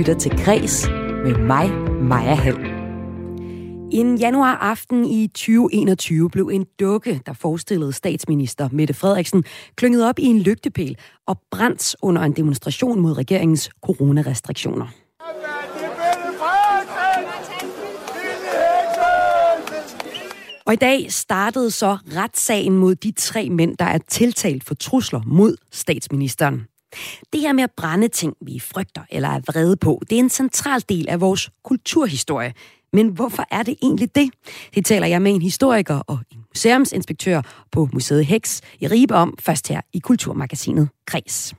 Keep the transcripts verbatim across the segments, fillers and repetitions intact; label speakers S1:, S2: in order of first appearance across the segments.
S1: lytter til Kres med mig, Maja Hall. En januaraften i tyve enogtyve blev en dukke, der forestillede statsminister Mette Frederiksen, klynget op i en lygtepæl og brændt under en demonstration mod regeringens coronarestriktioner. Og i dag startede så retssagen mod de tre mænd, der er tiltalt for trusler mod statsministeren. Det her med at brænde ting, vi frygter eller er vrede på, det er en central del af vores kulturhistorie. Men hvorfor er det egentlig det? Det taler jeg med en historiker og en museumsinspektør på Museet Heks i Ribe om, først her i Kulturmagasinet Kres.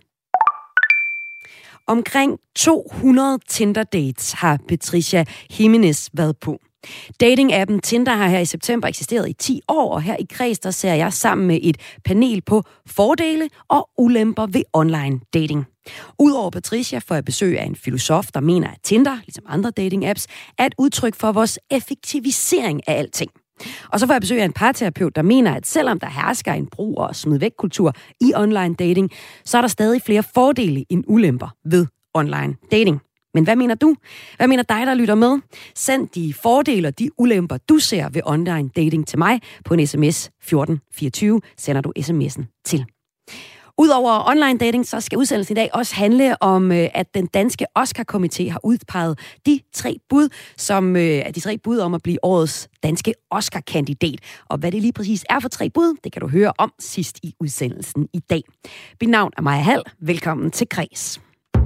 S1: Omkring to hundrede Tinder-dates har Patricia Jimenez været på. Dating-appen Tinder har her i september eksisteret i ti år, og her i Kres, der ser jeg sammen med et panel på fordele og ulemper ved online dating. Udover Patricia får jeg besøg af en filosof, der mener, at Tinder, ligesom andre dating-apps, er et udtryk for vores effektivisering af alting. Og så får jeg besøg af en parterapeut, der mener, at selvom der hersker en brug- og smid-væk-kultur i online dating, så er der stadig flere fordele end ulemper ved online dating. Men hvad mener du? Hvad mener dig, der lytter med? Send de fordele og de ulemper, du ser ved online dating til mig på en sms fjorten fireogtyve. Sender du sms'en til. Udover online dating, så skal udsendelsen i dag også handle om, at den danske Oscar-komité har udpeget de tre bud, som er de tre bud om at blive årets danske Oscar-kandidat. Og hvad det lige præcis er for tre bud, det kan du høre om sidst i udsendelsen i dag. Mit navn er Maja Hall. Velkommen til Kres.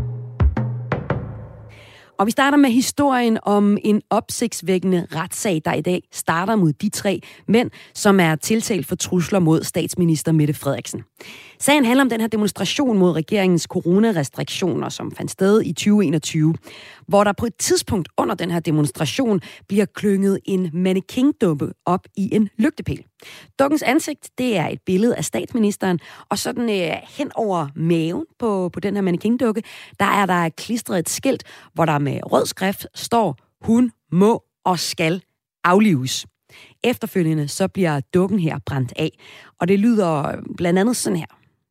S1: Og vi starter med historien om en opsigtsvækkende retssag, der i dag starter mod de tre mænd, som er tiltalt for trusler mod statsminister Mette Frederiksen. Sagen handler om den her demonstration mod regeringens coronarestriktioner, som fandt sted i tyve enogtyve, hvor der på et tidspunkt under den her demonstration bliver klynget en mannequin-dukke op i en lygtepæl. Dukkens ansigt, det er et billede af statsministeren, og sådan øh, hen over maven på, på den her mannequin-dukke, der er der klistret et skilt, hvor der med rød skrift står, hun må og skal aflives. Efterfølgende så bliver dukken her brændt af, og det lyder blandt andet sådan her.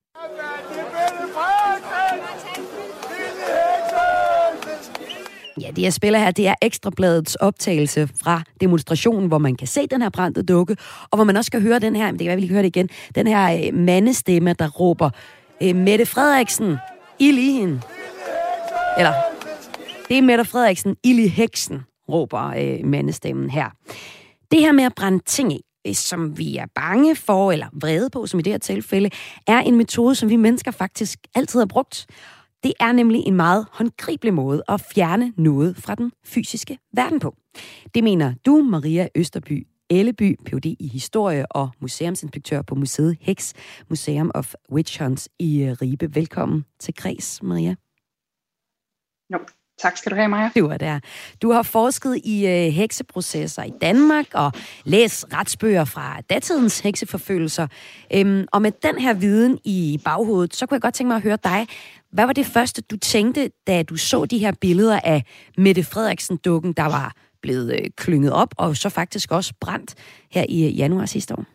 S1: Ja, det jeg spiller her, det er Ekstrabladets optagelse fra demonstrationen, hvor man kan se den her brændte dukke, og hvor man også skal høre den her, det kan være, vi lige høre det igen, den her mandestemme, der råber, Mette Frederiksen, ild i hende. Eller, det er Mette Frederiksen, ild i heksen, råber øh, mandestemmen her. Det her med at brænde ting af, som vi er bange for, eller vrede på, som i det her tilfælde, er en metode, som vi mennesker faktisk altid har brugt. Det er nemlig en meget håndgribelig måde at fjerne noget fra den fysiske verden på. Det mener du, Maria Østerby Elleby, Ph.D. i historie og museumsinspektør på Museet Heks, Museum of Witch Hunts i Ribe. Velkommen til Kres, Maria.
S2: Jo, tak skal du have, Maja.
S1: Du er der. Du har forsket i øh, hekseprocesser i Danmark og læst retsbøger fra datidens hekseforfølgelser. Øhm, og med den her viden i baghovedet, så kunne jeg godt tænke mig at høre dig. Hvad var det første, du tænkte, da du så de her billeder af Mette Frederiksen-dukken, der var blevet øh, klynget op og så faktisk også brændt her i januar sidste år?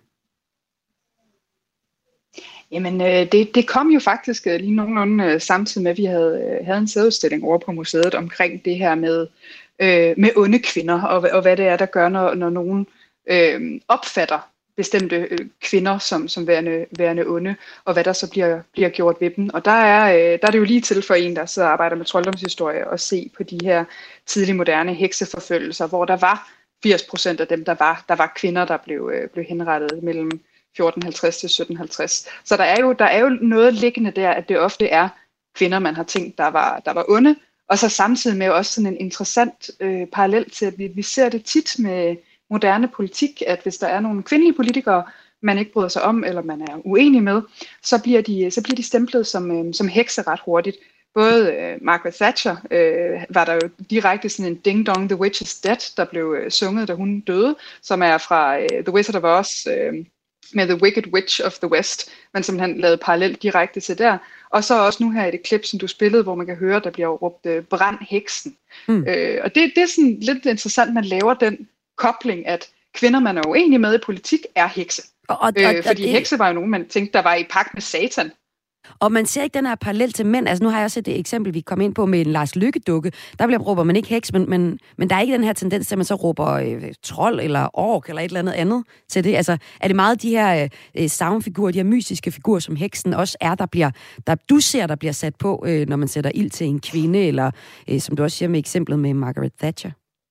S2: Jamen, øh, det, det kom jo faktisk øh, lige nogenlunde øh, samtidig med, at vi havde, øh, havde en sædudstilling over på museet omkring det her med, øh, med onde kvinder, og, og hvad det er, der gør, når, når nogen øh, opfatter bestemte øh, kvinder som, som værende, værende onde, og hvad der så bliver, bliver gjort ved dem. Og der er, øh, der er det jo lige til for en, der sidder og arbejder med trolddomshistorie, og se på de her tidlig moderne hekseforfølgelser, hvor der var firs procent af dem, der var, der var kvinder, der blev, øh, blev henrettet mellem fjorten halvtreds til sytten halvtreds. Så der er jo der er jo noget liggende der, at det ofte er kvinder, man har tænkt, der var, der var onde, og så samtidig med også sådan en interessant øh, parallel til, at vi, vi ser det tit med moderne politik, at hvis der er nogle kvindelige politikere, man ikke bryder sig om, eller man er uenig med, så bliver de, så bliver de stemplet som, øh, som hekse ret hurtigt. Både øh, Margaret Thatcher øh, var der jo direkte sådan en Ding Dong, The Witch is Dead, der blev øh, sunget, da hun døde, som er fra øh, The Wizard of Oz, øh, med The Wicked Witch of the West, men som han lavede parallelt direkte til der. Og så også nu her i det klip, som du spillede, hvor man kan høre, der bliver råbt øh, brand heksen. Mm. Øh, og det, det er sådan lidt interessant, man laver den kobling, at kvinder, man er uenig med i politik, er hekse. Og, og, øh, fordi og det... hekse var jo nogen, man tænkte, der var i pagt med Satan.
S1: Og man ser ikke den her parallel til mænd. Altså nu har jeg også et eksempel, vi kom ind på med en Lars Løkke-dukke. Der bliver råber man ikke heks, men, men, men der er ikke den her tendens til, at man så råber øh, trold eller ork eller et eller andet andet til det. Altså er det meget de her øh, savnfigurer, de her mystiske figurer, som heksen også er, der bliver, der du ser, der bliver sat på, øh, når man sætter ild til en kvinde, eller øh, som du også siger med eksemplet med Margaret Thatcher?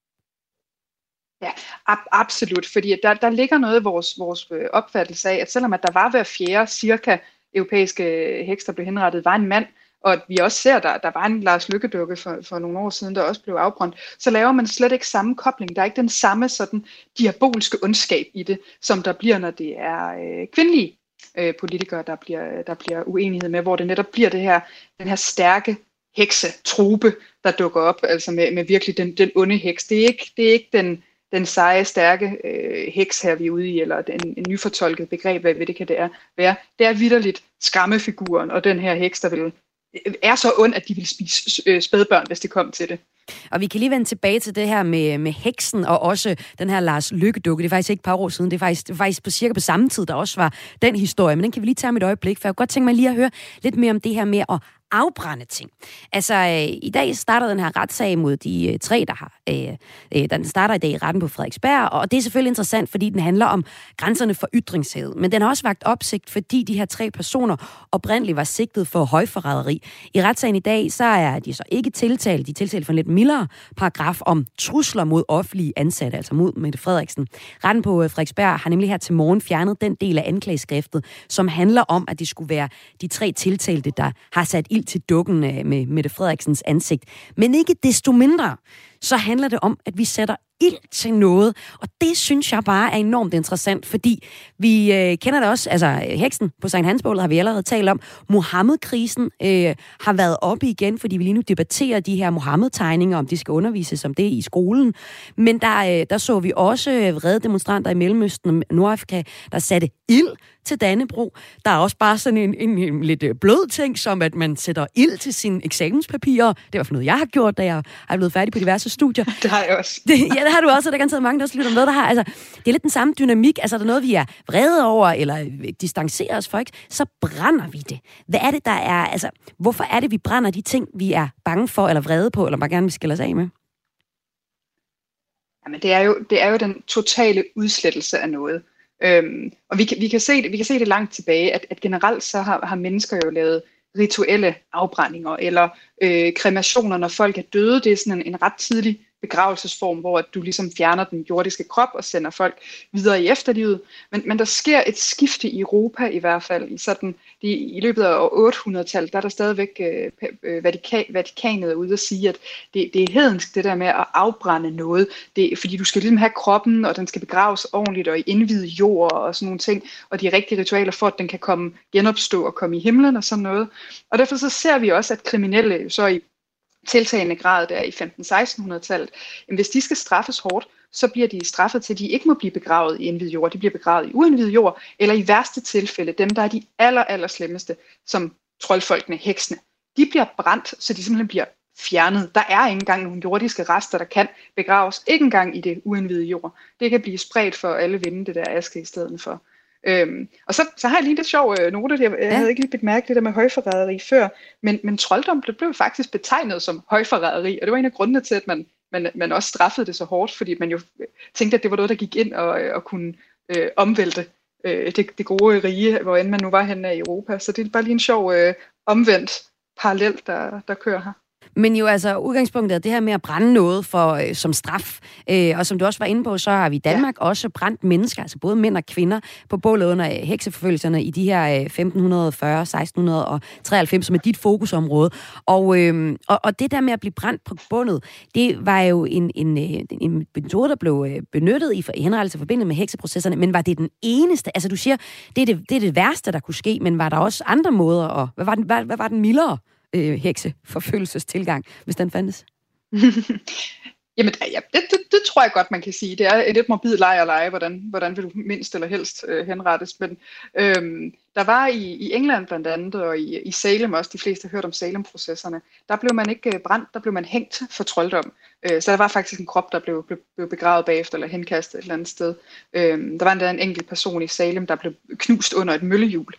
S2: Ja, ab- absolut, fordi der, der ligger noget i vores, vores opfattelse af, at selvom at der var hver fjerde cirka europæiske heks, der blev henrettet, var en mand, og at vi også ser, der, der var en Lars Løkke-dukke for, for nogle år siden, der også blev afbrændt, så laver man slet ikke samme kobling. Der er ikke den samme sådan diabolske ondskab i det, som der bliver, når det er øh, kvindelige øh, politikere, der bliver, der bliver uenighed med, hvor det netop bliver det her, den her stærke heksetrope, der dukker op, altså med, med virkelig den, den onde heks. Det er ikke, det er ikke den den seje, stærke øh, heks her, vi er ude i, eller en, en nyfortolket begreb af, hvad det kan det er, være. Det er vitterligt skræmmefiguren, og den her heks, der vil, er så ond, at de vil spise øh, spædbørn, hvis det kom til det.
S1: Og vi kan lige vende tilbage til det her med, med heksen, og også den her Lars Løkke-dukke. Det er faktisk ikke et par år siden, det er faktisk, det er faktisk på cirka på samme tid, der også var den historie, men den kan vi lige tage om et øjeblik, for jeg kunne godt tænke mig lige at høre lidt mere om det her med at afbrænde ting. Altså, øh, i dag starter den her retssag mod de øh, tre, der har... Øh, øh, den starter i dag i retten på Frederiksberg, og det er selvfølgelig interessant, fordi den handler om grænserne for ytringsfrihed. Men den har også vakt opsigt, fordi de her tre personer oprindeligt var sigtet for højforræderi. I retssagen i dag, så er de så ikke tiltalt. De er tiltalt for en lidt mildere paragraf om trusler mod offentlige ansatte, altså mod Mette Frederiksen. Retten på Frederiksberg har nemlig her til morgen fjernet den del af anklageskriftet, som handler om, at det skulle være de tre tiltalte, der har sat ild til dukken med Mette Frederiksens ansigt. Men ikke desto mindre, så handler det om, at vi sætter ild til noget, og det synes jeg bare er enormt interessant, fordi vi øh, kender det også, altså heksen på Sankt Hansbålet har vi allerede talt om. Mohammed-krisen øh, har været oppe igen, fordi vi lige nu debatterer de her Mohammed-tegninger, om de skal undervises om det i skolen. Men der, øh, der så vi også vrede demonstranter i Mellemøsten og Nordafrika, der satte ild til Dannebrog. Der er også bare sådan en, en, en lidt blød ting, som at man sætter ild til sine eksamenspapirer. Det var for noget, jeg har gjort, da jeg er blevet færdig på diverse studier.
S2: Det har jeg også.
S1: Det, ja, det har du også, og der er garanteret mange, der også lytter med, der har. Altså, det er lidt den samme dynamik. Altså, er der noget, vi er vrede over, eller distancerer os for, ikke? Så brænder vi det. Hvad er det, der er... Altså, hvorfor er det, vi brænder de ting, vi er bange for, eller vrede på, eller bare gerne vil skille os af med?
S2: Jamen, det er jo, det er jo den totale udslettelse af noget. Øhm, og vi kan, vi, kan se det, vi kan se det langt tilbage, at, at generelt så har, har mennesker jo lavet rituelle afbrændinger, eller øh, kremationer, når folk er døde. Det er sådan en, en ret tidlig begravelsesform, hvor at du ligesom fjerner den jordiske krop og sender folk videre i efterlivet. Men, men der sker et skifte i Europa i hvert fald. I, sådan, de, i løbet af otte hundrede-tallet, der er der stadigvæk øh, Vatikan, Vatikanet ude at sige, at det, det er hedensk det der med at afbrænde noget. Det, fordi du skal ligesom have kroppen, og den skal begraves ordentligt og i indviet jord og sådan nogle ting. Og de rigtige ritualer for, at den kan komme genopstå og komme i himlen og sådan noget. Og derfor så ser vi også, at kriminelle så i tiltagende grad der i femten-seksten hundrede-tallet, hvis de skal straffes hårdt, så bliver de straffet til, at de ikke må blive begravet i indviet jord. De bliver begravet i uindviet jord, eller i værste tilfælde, dem der er de aller, aller slemmeste, som troldfolkene, heksene, de bliver brændt, så de simpelthen bliver fjernet. Der er ikke engang nogle jordiske rester, der kan begraves, ikke engang i det uindvidede jord. Det kan blive spredt for alle vinde, det der aske i stedet for. Øhm, og så, så har jeg lige lidt sjov øh, note, jeg, jeg ja. havde ikke lige bemærket det der med højforræderi før, men, men trolddom det blev faktisk betegnet som højforræderi, og det var en af grundene til, at man, man, man også straffede det så hårdt, fordi man jo tænkte, at det var noget, der gik ind og, og kunne øh, omvælte øh, det, det gode rige, hvor end man nu var henne i Europa. Så det er bare lige en sjov øh, omvendt parallel, der, der kører her.
S1: Men jo altså, udgangspunktet er det her med at brænde noget for, øh, som straf. Øh, og som du også var inde på, så har vi i Danmark ja. også brændt mennesker, altså både mænd og kvinder, på bålet under hekseforfølgelserne i de her øh, femten fyrre til seksten treoghalvfems, som er dit fokusområde. Og, øh, og, og det der med at blive brændt på bundet, det var jo en, en, en metode, der blev benyttet i, i henrettelse forbindet med hekseprocesserne, men var det den eneste? Altså du siger, det er det, det er det værste, der kunne ske, men var der også andre måder? Og hvad var den, hvad, hvad var den mildere Øh, hekseforfølgelsestilgang, hvis den fandtes?
S2: Jamen, ja, det, det, det tror jeg godt, man kan sige. Det er et lidt morbid leg og lege, hvordan, hvordan vil du mindst eller helst øh, henrettes. Men, øhm, Der var i, i England blandt andet, og i, i Salem også, de fleste har hørt om Salem-processerne, der blev man ikke brændt, der blev man hængt for trolddom. Så der var faktisk en krop, der blev, blev, blev begravet bagefter, eller henkastet et eller andet sted. Der var endda en enkelt person i Salem, der blev knust under et møllehjul.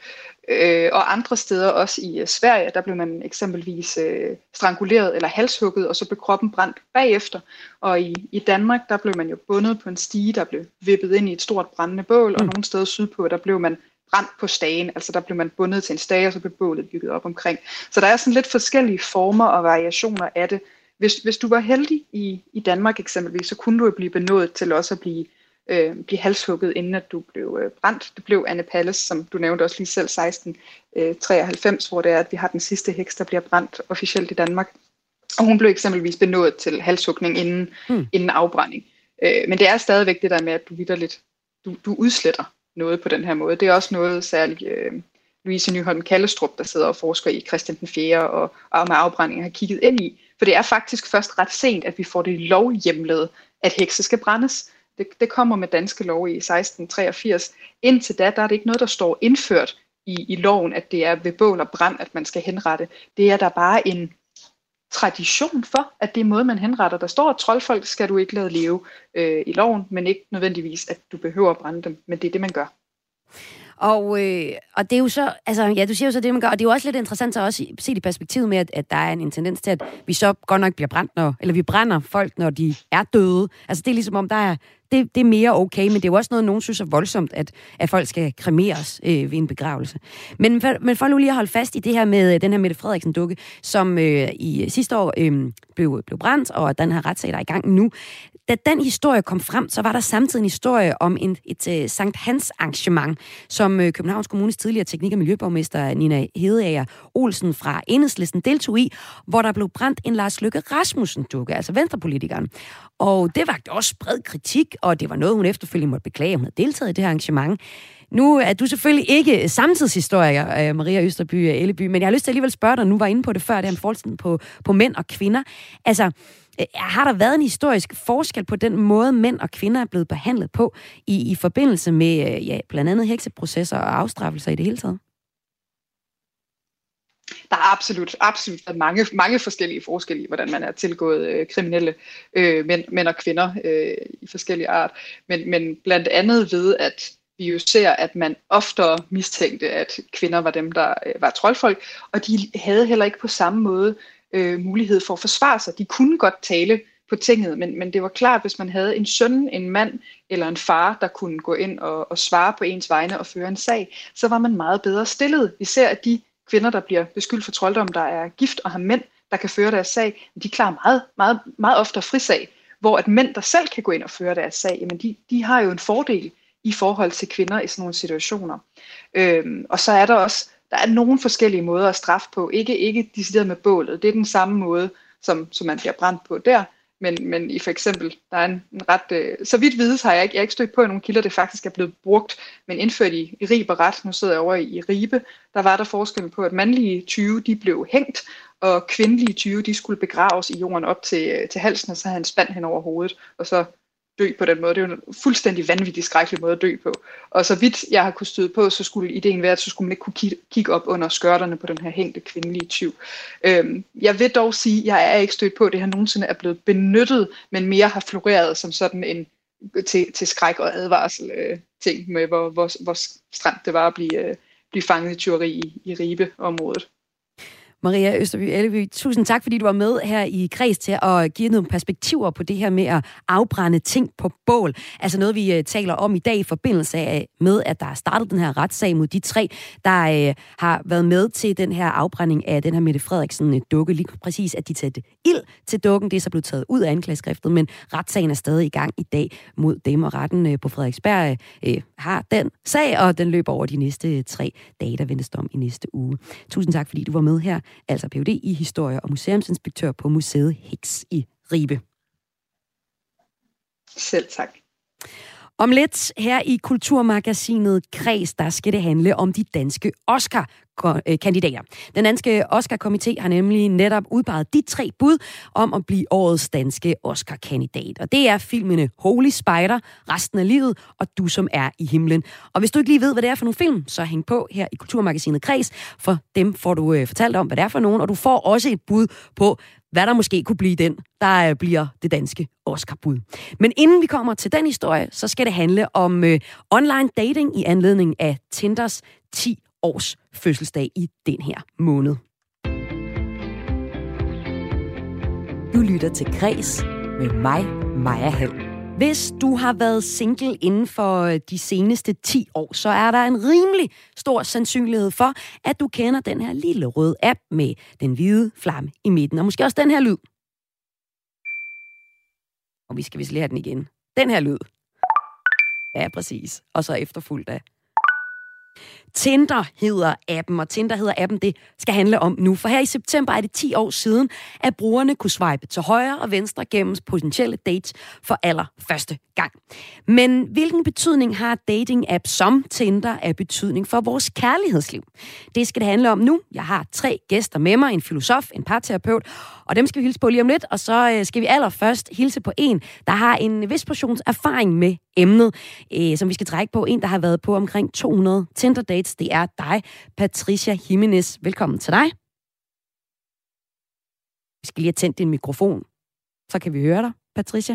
S2: Og andre steder, også i Sverige, der blev man eksempelvis stranguleret eller halshugget, og så blev kroppen brændt bagefter. Og i, i Danmark, der blev man jo bundet på en stige, der blev vippet ind i et stort brændende bål, og nogle steder sydpå, der blev man brændt på stagen, altså der blev man bundet til en stage, og så blev bålet bygget op omkring. Så der er sådan lidt forskellige former og variationer af det. Hvis, hvis du var heldig i, i Danmark eksempelvis, så kunne du jo blive benådet til også at blive, øh, blive halshugget, inden at du blev øh, brændt. Det blev Anne Palles, som du nævnte også lige selv, seksten treoghalvfems, hvor det er, at vi har den sidste heks, der bliver brændt officielt i Danmark. Og hun blev eksempelvis benådet til halshugning inden, mm. inden afbrænding. Øh, men det er stadigvæk det der med, at du vitterligt, du, du udsletter noget på den her måde. Det er også noget særligt øh, Louise Nyholm Kallestrup, der sidder og forsker i Christian den fjerde og, og med afbrænding har kigget ind i. For det er faktisk først ret sent, at vi får det lovhjemlet, at hekse skal brændes. Det, det kommer med danske lov i seksten treogfirs. Indtil da, der er det ikke noget, der står indført i, i loven, at det er ved bål og brand, at man skal henrette. Det er der bare en tradition for, at det er måde, man henretter. Der står, at troldfolk skal du ikke lade leve øh, i loven, men ikke nødvendigvis, at du behøver at brænde dem, men det er det, man gør.
S1: Og, øh, og det er jo så, altså ja, du siger jo så det, man gør, og det er jo også lidt interessant at også se i perspektivet med, at, at der er en, en tendens til, at vi så godt nok bliver brændt, når, eller vi brænder folk, når de er døde. Altså det er ligesom om, der er, det, det er mere okay, men det er jo også noget, nogen synes er voldsomt, at, at folk skal kremeres øh, ved en begravelse. Men for, men for nu lige at holde fast i det her med den her Mette Frederiksen-dukke, som øh, i sidste år øh, blev, blev brændt, og den her retssag, der er i gang nu. Da den historie kom frem, så var der samtidig en historie om en, et, et Sankt Hans arrangement, som øh, Københavns Kommunes tidligere teknik- og miljøborgmester Nina Hedeager Olsen fra Enhedslisten deltog i, hvor der blev brændt en Lars Løkke Rasmussen-dukke, altså venstrepolitikeren. Og det vagte også bred kritik, og det var noget, hun efterfølgende måtte beklage, hun havde deltaget i det her arrangement. Nu er du selvfølgelig ikke samtidshistoriker, Maria Østerby Elleby, men jeg har lyst til at alligevel spørge dig, nu var inde på det før, det her med forskellen på, på mænd og kvinder. Altså, har der været en historisk forskel på den måde, mænd og kvinder er blevet behandlet på i, i forbindelse med ja, blandt andet hekseprocesser og afstraffelser i det hele taget?
S2: Der er absolut, absolut mange, mange forskellige forskelle i, hvordan man er tilgået øh, kriminelle øh, mænd, mænd og kvinder øh, i forskellige art. Men, men blandt andet ved, at vi jo ser, at man oftere mistænkte, at kvinder var dem, der øh, var troldfolk, og de havde heller ikke på samme måde øh, mulighed for at forsvare sig. De kunne godt tale på tinget, men, men det var klart, hvis man havde en søn, en mand eller en far, der kunne gå ind og, og svare på ens vegne og føre en sag, så var man meget bedre stillet. Vi ser, at de kvinder, der bliver beskyldt for trolddom, der er gift og har mænd, der kan føre deres sag, de klarer meget, meget, meget oftere frisag, hvor at mænd, der selv kan gå ind og føre deres sag, jamen de, de har jo en fordel i forhold til kvinder i sådan nogle situationer. Øhm, og så er der også, der er nogle forskellige måder at straffe på, ikke, ikke decideret med bålet, det er den samme måde, som, som man bliver brændt på der, men, men i for eksempel, der er en, en ret, øh, så vidt vides har jeg ikke, jeg har ikke stødt på i nogle kilder, det faktisk er blevet brugt, men indført i, i Ribe ret, nu sidder jeg over i, i Ribe, der var der forskellen på, at mandlige tyve, de blev hængt, og kvindelige tyve, de skulle begraves i jorden op til, til halsen, og så havde en spand hen over hovedet, og så dø på den måde. Det er jo en fuldstændig vanvittig skrækkelig måde at dø på. Og så vidt jeg har kunnet støde på, så skulle ideen være, at så skulle man ikke kunne kigge op under skørterne på den her hængte kvindelige tyv. Øhm, jeg vil dog sige, at jeg er ikke stødt på, at det her nogensinde er blevet benyttet, men mere har floreret som sådan en til, til skræk og advarsel øh, ting med, hvor, hvor, hvor stramt det var at blive, øh, blive fanget i tyveri i, i Ribe-området.
S1: Maria Østerby Elleby, tusind tak, fordi du var med her i Kreds til at give nogle perspektiver på det her med at afbrænde ting på bål. Altså noget, vi uh, taler om i dag i forbindelse af, med, at der er startet den her retssag mod de tre, der uh, har været med til den her afbrænding af den her Mette Frederiksen-dukke. Lige præcis, at de satte ild til dukken. Det er så blevet taget ud af anklageskriftet, men retssagen er stadig i gang i dag mod dem, og retten uh, på Frederiksberg uh, har den sag, og den løber over de næste tre dage, der ventes om i næste uge. Tusind tak, fordi du var med her. Altså P H D i historie og museumsinspektør på Museet Heks i Ribe.
S2: Selv tak.
S1: Om lidt her i Kulturmagasinet Kreds, der skal det handle om de danske Oscar Oscar-kandidater. Den danske Oscar-komité har nemlig netop udpeget de tre bud om at blive årets danske Oscar-kandidat. Og det er filmene Holy Spider, Resten af livet og Du som er i himlen. Og hvis du ikke lige ved, hvad det er for nogle film, så hæng på her i Kulturmagasinet Kreds, for dem får du øh, fortalt om, hvad det er for nogen, og du får også et bud på, hvad der måske kunne blive den, der øh, bliver det danske Oscar-bud. Men inden vi kommer til den historie, så skal det handle om øh, online dating i anledning af Tinders ti års fødselsdag i den her måned. Du lytter til Kreds med mig, Maja Hall. Hvis du har været single inden for de seneste ti år, så er der en rimelig stor sandsynlighed for, at du kender den her lille røde app med den hvide flamme i midten. Og måske også den her lyd. Og vi skal vist lære den igen. Den her lyd. Ja, præcis. Og så efterfulgt af Tinder hedder appen, og Tinder hedder appen, det skal handle om nu. For her i september er det ti år siden, at brugerne kunne swipe til højre og venstre gennem potentielle dates for allerførste gang. Men hvilken betydning har dating-app som Tinder af betydning for vores kærlighedsliv? Det skal det handle om nu. Jeg har tre gæster med mig, en filosof, en parterapeut, og dem skal vi hilse på lige om lidt. Og så skal vi allerførst hilse på en, der har en vis portions erfaring med emnet, øh, som vi skal trække på. En, der har været på omkring to hundrede Tinder-dates. Det er dig, Patricia Jimenez. Velkommen til dig. Vi skal lige have tændt din mikrofon. Så kan vi høre dig, Patricia.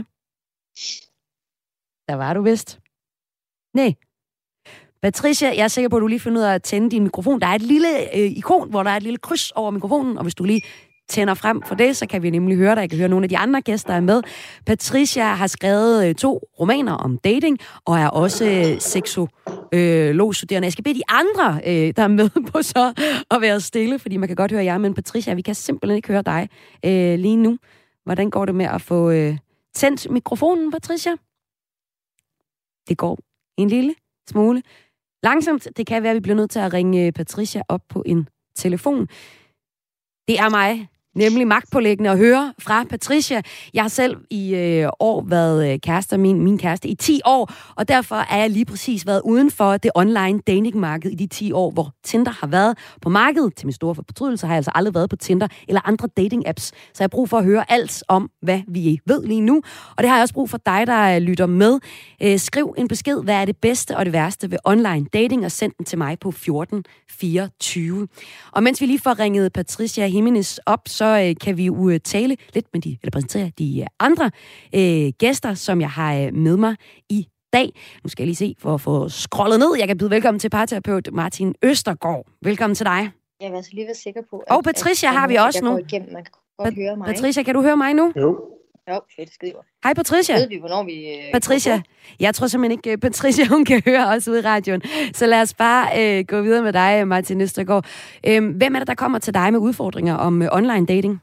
S1: Der var du vist. Nej. Patricia, jeg er sikker på, at du lige finder ud af at tænde din mikrofon. Der er et lille øh, ikon, hvor der er et lille kryds over mikrofonen, og hvis du lige tænder frem for det, så kan vi nemlig høre dig. Jeg kan høre nogle af de andre gæster, der er med. Patricia har skrevet øh, to romaner om dating, og er også øh, seksologstuderende. Jeg skal bede de andre, øh, der er med på så at være stille, fordi man kan godt høre jer, men Patricia, vi kan simpelthen ikke høre dig øh, lige nu. Hvordan går det med at få øh, tændt mikrofonen, Patricia? Det går en lille smule langsomt. Det kan være, at vi bliver nødt til at ringe Patricia op på en telefon. Det er mig nemlig magtpålæggende at høre fra Patricia. Jeg har selv i øh, år været kæreste min, min kæreste i ti år, og derfor er jeg lige præcis været uden for det online datingmarked i de ti år, hvor Tinder har været på markedet. Til min store fortrydelse har jeg altså aldrig været på Tinder eller andre dating-apps, så jeg har brug for at høre alt om, hvad vi ved lige nu. Og det har jeg også brug for dig, der lytter med. Øh, skriv en besked, hvad er det bedste og det værste ved online dating, og send den til mig på fjorten fireogtyve. Og mens vi lige får ringet Patricia Jimenez op, så øh, kan vi jo øh, tale lidt med de, eller præsentere de øh, andre øh, gæster, som jeg har øh, med mig i dag. Nu skal jeg lige se for at få scrollet ned. Jeg kan byde velkommen til parterapeut Martin Østergaard. Velkommen til dig.
S3: Jeg vil altså lige være sikker på, at...
S1: Og Patricia at, har vi også nu.
S3: Igennem. Man kan godt pa- høre mig.
S1: Patricia, kan du høre mig nu?
S4: Jo.
S3: Jo, fedt, skide godt.
S1: Hej Patricia.
S3: Ved vi, hvornår vi... Øh,
S1: Patricia, jeg tror simpelthen ikke, Patricia, hun kan høre os ude i radioen. Så lad os bare øh, gå videre med dig, Martin Østergaard. Øh, hvem er det, der kommer til dig med udfordringer om øh, online dating?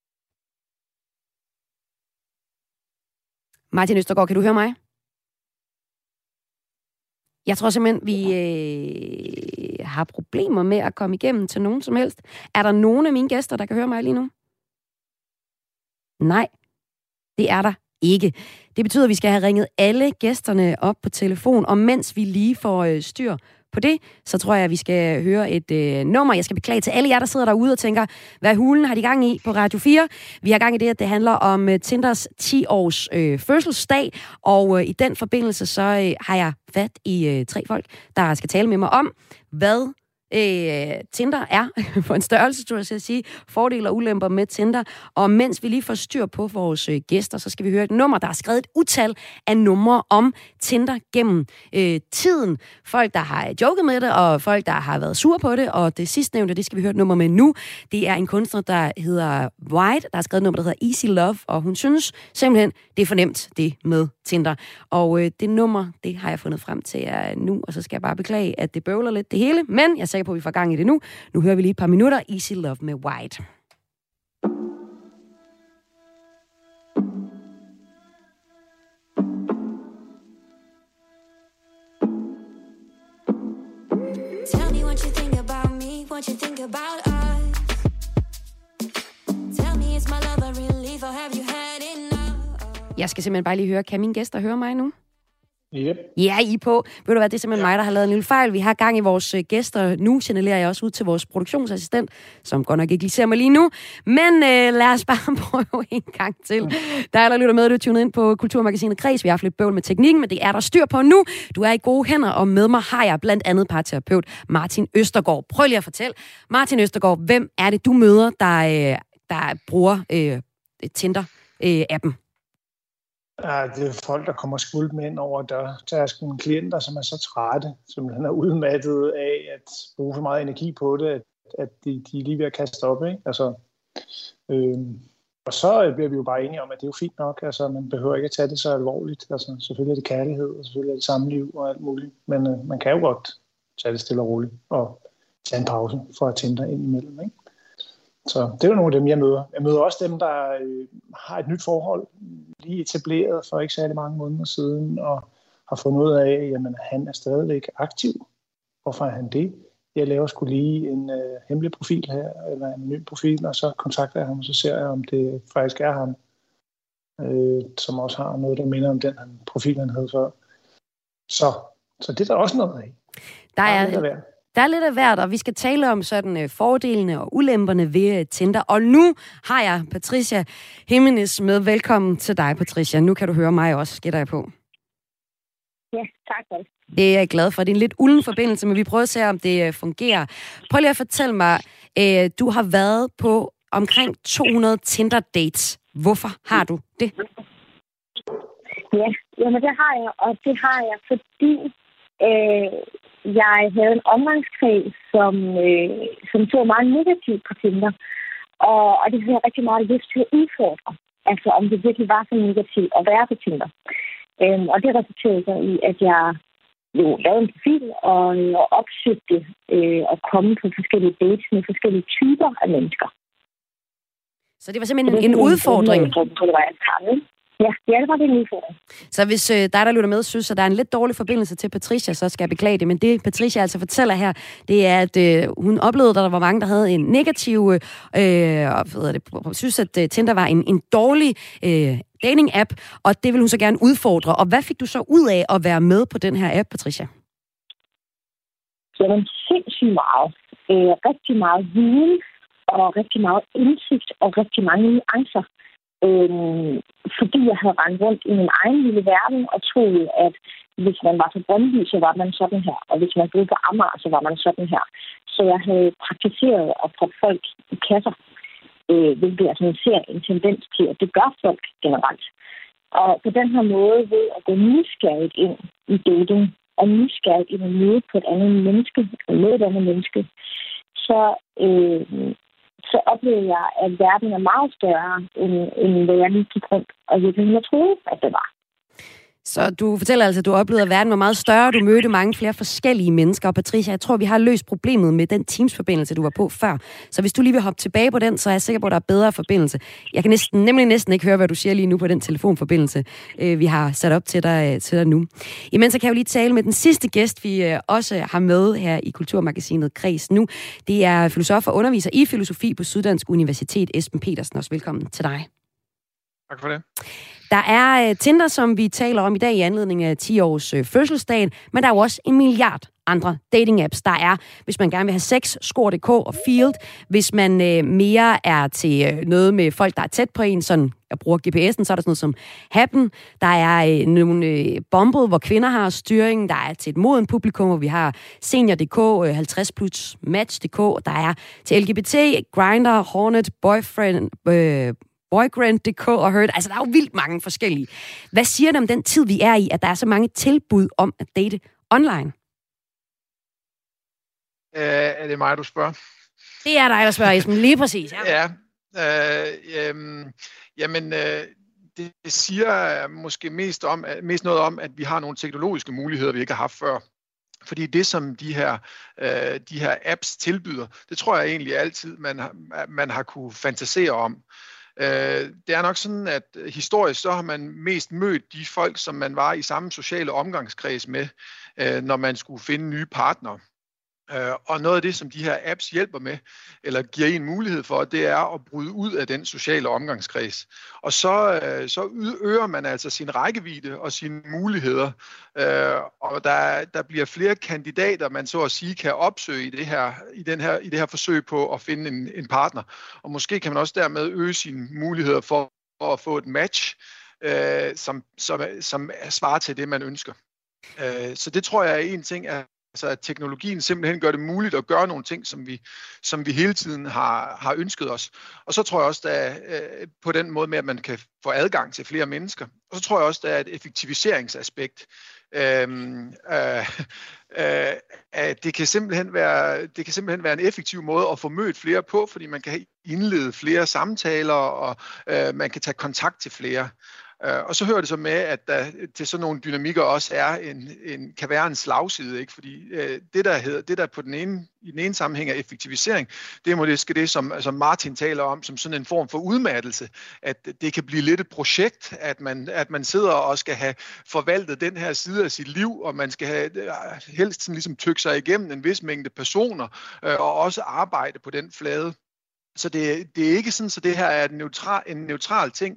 S1: Martin Østergaard, kan du høre mig? Jeg tror simpelthen, vi øh, har problemer med at komme igennem til nogen som helst. Er der nogen af mine gæster, der kan høre mig lige nu? Nej, det er der ikke. Det betyder, at vi skal have ringet alle gæsterne op på telefon, og mens vi lige får øh, styr på det, så tror jeg, at vi skal høre et øh, nummer. Jeg skal beklage til alle jer, der sidder derude og tænker, hvad hulen har de gang i på Radio fire? Vi har gang i det, at det handler om øh, Tinders ti års øh, fødselsdag, og øh, i den forbindelse, så øh, har jeg fat i øh, tre folk, der skal tale med mig om, hvad Øh, Tinder er for en størrelse, tror jeg skal sige, fordele og ulemper med Tinder. Og mens vi lige får styr på vores øh, gæster, så skal vi høre et nummer, der har skrevet et utal af numre om Tinder gennem øh, tiden. Folk, der har joket med det, og folk, der har været sure på det, og det sidstnævnte, det skal vi høre et nummer med nu. Det er en kunstner, der hedder White, der har skrevet et nummer, der hedder Easy Love, og hun synes simpelthen, det er for nemt, det med Tinder. Og øh, det nummer, det har jeg fundet frem til jer nu, og så skal jeg bare beklage, at det bøvler lidt det hele, men jeg sagde på, at vi får gang i det nu. Nu hører vi lige et par minutter. Easy Love med White. Tell me what you think about me, what you think about us. Tell me, is my love a relief, or have you had enough? Jeg skal simpelthen bare lige høre, kan mine gæster høre mig nu?
S4: Yep.
S1: Ja, I er på. Ved du hvad, det er simpelthen ja. mig, der har lavet en lille fejl. Vi har gang i vores gæster nu. Signalerer jeg også ud til vores produktionsassistent, som godt nok ikke lige ser mig lige nu. Men øh, lad os bare prøve en gang til. Der er der lytter med, du er tunet ind på Kulturmagasinet Kreds. Vi har haft lidt bøvl med teknikken, men det er der styr på nu. Du er i gode hænder, og med mig har jeg blandt andet parterapeut Martin Østergaard. Prøv lige at fortælle. Martin Østergaard, hvem er det, du møder, der, der bruger øh, Tinder-appen?
S4: Ja, det er folk, der kommer skuld med ind over dørtærsklen. Klienter, som er så trætte, som han er udmattet af at bruge for meget energi på det, at, at de, de er lige ved at kaste op. Ikke? Altså, øh, og så bliver vi jo bare enige om, at det er jo fint nok. Altså, man behøver ikke at tage det så alvorligt. Altså, selvfølgelig er det kærlighed, og selvfølgelig er det samliv og alt muligt. Men øh, man kan jo godt tage det stille og roligt og tage en pause for at tænde ind imellem. Ikke? Så det er jo nogle af dem, jeg møder. Jeg møder også dem, der øh, har et nyt forhold, lige etableret for ikke særlig mange måneder siden, og har fundet ud af, at han er stadigvæk aktiv. Hvorfor er han det? Jeg laver sgu lige en øh, hemmelig profil her, eller en ny profil, og så kontakter jeg ham, og så ser jeg, om det faktisk er ham, øh, som også har noget, der minder om den han, profil, han havde før. Så, så det er der også noget af.
S1: Der er, der er Der er lidt af hvert, og vi skal tale om sådan uh, fordelene og ulemperne ved uh, Tinder. Og nu har jeg Patricia Jimenez med. Velkommen til dig, Patricia. Nu kan du høre mig også, gætter jeg på.
S3: Ja, tak for det.
S1: Det er jeg glad for. Det er en lidt ulden forbindelse, men vi prøver at se, om det uh, fungerer. Prøv lige at fortælle mig, uh, du har været på omkring to hundrede Tinder-dates. Hvorfor har du det?
S3: Ja, jamen det har jeg, og det har jeg, fordi øh, jeg havde en omgangskreds, som, øh, som så meget negativt på Tinder. Og, og det havde jeg rigtig meget lyst til at udfordre. Altså om det virkelig var så negativt at være på Tinder. Øhm, og det resulterede så i, at jeg jo lavede en profil og, og opsøgte øh, at komme på forskellige dates med forskellige typer af mennesker.
S1: Så det var simpelthen en, en udfordring?
S3: Det var jeg Ja, ja, det var det en udfordring.
S1: Så hvis øh, dig, der lytter med, synes, at der er en lidt dårlig forbindelse til Patricia, så skal jeg beklage det. Men det, Patricia altså fortæller her, det er, at øh, hun oplevede, at der var mange, der havde en negativ, øh, og hvad det, synes, at øh, Tinder var en, en dårlig øh, dating-app, og det vil hun så gerne udfordre. Og hvad fik du så ud af at være med på den her app, Patricia?
S3: Jamen, sindssygt meget. Øh, rigtig meget viden, og rigtig meget indsigt, og rigtig mange nuancer. Øhm, fordi jeg havde rendt rundt i min egen lille verden og troede, at hvis man var til Brøndby, så var man sådan her. Og hvis man boede på Amager, så var man sådan her. Så jeg havde praktiseret og fået folk i kasser, øh, hvilket jeg sådan ser en tendens til, at det gør folk generelt. Og på den her måde, ved at gå nysgerrigt ind i dating, og nysgerrigt ind i møde på et andet menneske, og med et andet menneske, så... Øh, så oplevede jeg, at verden er meget større, end, end hvad jeg lige gik rundt, og jeg troede, at det var.
S1: Så du fortæller altså, at du oplevede, at verden var meget større, du mødte mange flere forskellige mennesker. Og Patricia, jeg tror, vi har løst problemet med den Teams-forbindelse, du var på før. Så hvis du lige vil hoppe tilbage på den, så er jeg sikker på, at der er bedre forbindelse. Jeg kan næsten, nemlig næsten ikke høre, hvad du siger lige nu på den telefonforbindelse, vi har sat op til dig, til dig nu. Imens så kan jeg jo lige tale med den sidste gæst, vi også har med her i Kulturmagasinet Kreds nu. Det er filosof og underviser i filosofi på Syddansk Universitet, Esben Petersen. Også velkommen til dig.
S5: Tak for det.
S1: Der er uh, Tinder, som vi taler om i dag i anledning af ti års uh, fødselsdagen, men der er jo også en milliard andre dating-apps. Der er, hvis man gerne vil have sex, Score punktum d k og Field. Hvis man uh, mere er til uh, noget med folk, der er tæt på en, sådan jeg bruger G P S'en, så er der sådan noget som Happen. Der er uh, nogle uh, Bumble, hvor kvinder har styring. Der er til et moden publikum, hvor vi har Senior punktum d k, uh, halvtreds plus Match punktum d k. Der er til L G B T, Grindr, Hornet, Boyfriend... Uh, Boyfriend punktum d k og Hurt. Altså, der er jo vildt mange forskellige. Hvad siger det om den tid, vi er i, at der er så mange tilbud om at date online?
S5: Øh, er det mig, du spørger?
S1: Det er dig, der spørger, Esben. Lige præcis, ja.
S5: Ja. Øh, øh, jamen, øh, det siger måske mest, om, mest noget om, at vi har nogle teknologiske muligheder, vi ikke har haft før. Fordi det, som de her, øh, de her apps tilbyder, det tror jeg egentlig altid, man har, man har kunne fantasere om. Det er nok sådan, at historisk så har man mest mødt de folk, som man var i samme sociale omgangskreds med, når man skulle finde nye partnere. Og noget af det, som de her apps hjælper med, eller giver en mulighed for, det er at bryde ud af den sociale omgangskreds. Og så, så øger man altså sin rækkevidde og sine muligheder, og der, der bliver flere kandidater, man så at sige kan opsøge i det her, i den her, i det her forsøg på at finde en, en partner. Og måske kan man også dermed øge sine muligheder for, for at få et match, som, som, som svarer til det, man ønsker. Så det tror jeg er en ting af, altså at teknologien simpelthen gør det muligt at gøre nogle ting, som vi, som vi hele tiden har, har ønsket os. Og så tror jeg også, der er øh, på den måde med, at man kan få adgang til flere mennesker. Og så tror jeg også, der er et effektiviseringsaspekt. Øhm, øh, øh, at det kan simpelthen være, det kan simpelthen være en effektiv måde at få mødt flere på, fordi man kan indlede flere samtaler, og øh, man kan tage kontakt til flere. Uh, og så hører det så med, at der til sådan nogle dynamikker også er en, en, kan være en slagside, ikke? Fordi uh, det, der hedder, det der på den ene, i den ene sammenhæng er effektivisering, det er måske det, som, som Martin taler om, som sådan en form for udmattelse, at det kan blive lidt et projekt, at man, at man sidder og skal have forvaltet den her side af sit liv, og man skal have helst sådan ligesom tykke sig igennem en vis mængde personer, uh, og også arbejde på den flade. Så det, det er ikke sådan, så det her er en neutral, en neutral ting,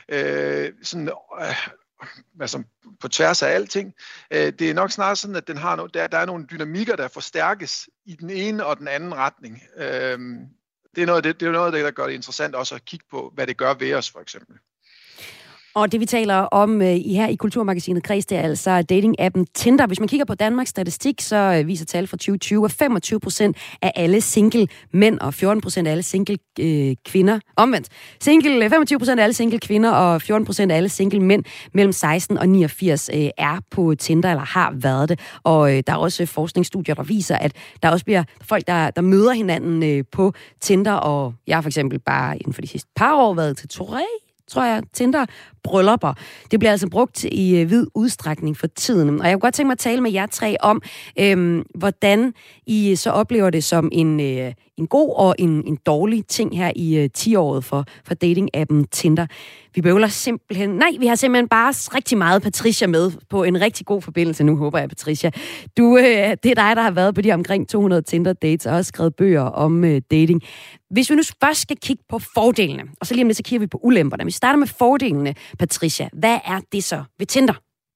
S5: øh, sådan, øh, altså på tværs af alting. Øh, det er nok snarere sådan, at den har no, der, der er nogle dynamikker, der forstærkes i den ene og den anden retning. Øh, det, er noget, det, det er noget af det, der gør det interessant også at kigge på, hvad det gør ved os, for eksempel.
S1: Og det, vi taler om øh, her i Kulturmagasinet Kreds, det er altså dating-appen Tinder. Hvis man kigger på Danmarks statistik, så øh, viser tal fra tyve tyve, at femogtyve procent af alle single mænd og fjorten procent af alle single øh, kvinder, omvendt, single, femogtyve procent af alle single kvinder og fjorten procent af alle single mænd mellem seksten og niogfirs øh, er på Tinder eller har været det. Og øh, der er også forskningsstudier, der viser, at der også bliver folk, der, der møder hinanden øh, på Tinder. Og jeg har for eksempel bare inden for de sidste par år været til tre, tror jeg, Tinder-bryllupper. Det bliver altså brugt i øh, vid udstrækning for tiden. Og jeg kunne godt tænke mig at tale med jer tre om, øh, hvordan I så oplever det som en, øh, en god og en, en dårlig ting her i øh, ti-året for, for dating-appen Tinder. Vi bøvler simpelthen... Nej, vi har simpelthen bare rigtig meget Patricia med på en rigtig god forbindelse. Nu håber jeg, Patricia. Du, øh, det er dig, der har været på de omkring to hundrede Tinder-dates og også skrevet bøger om øh, dating. Hvis vi nu først skal kigge på fordelene, og så lige om lidt, så kigger vi på ulemperne. Vi starter med fordelene, Patricia. Hvad er det så ved Tinder?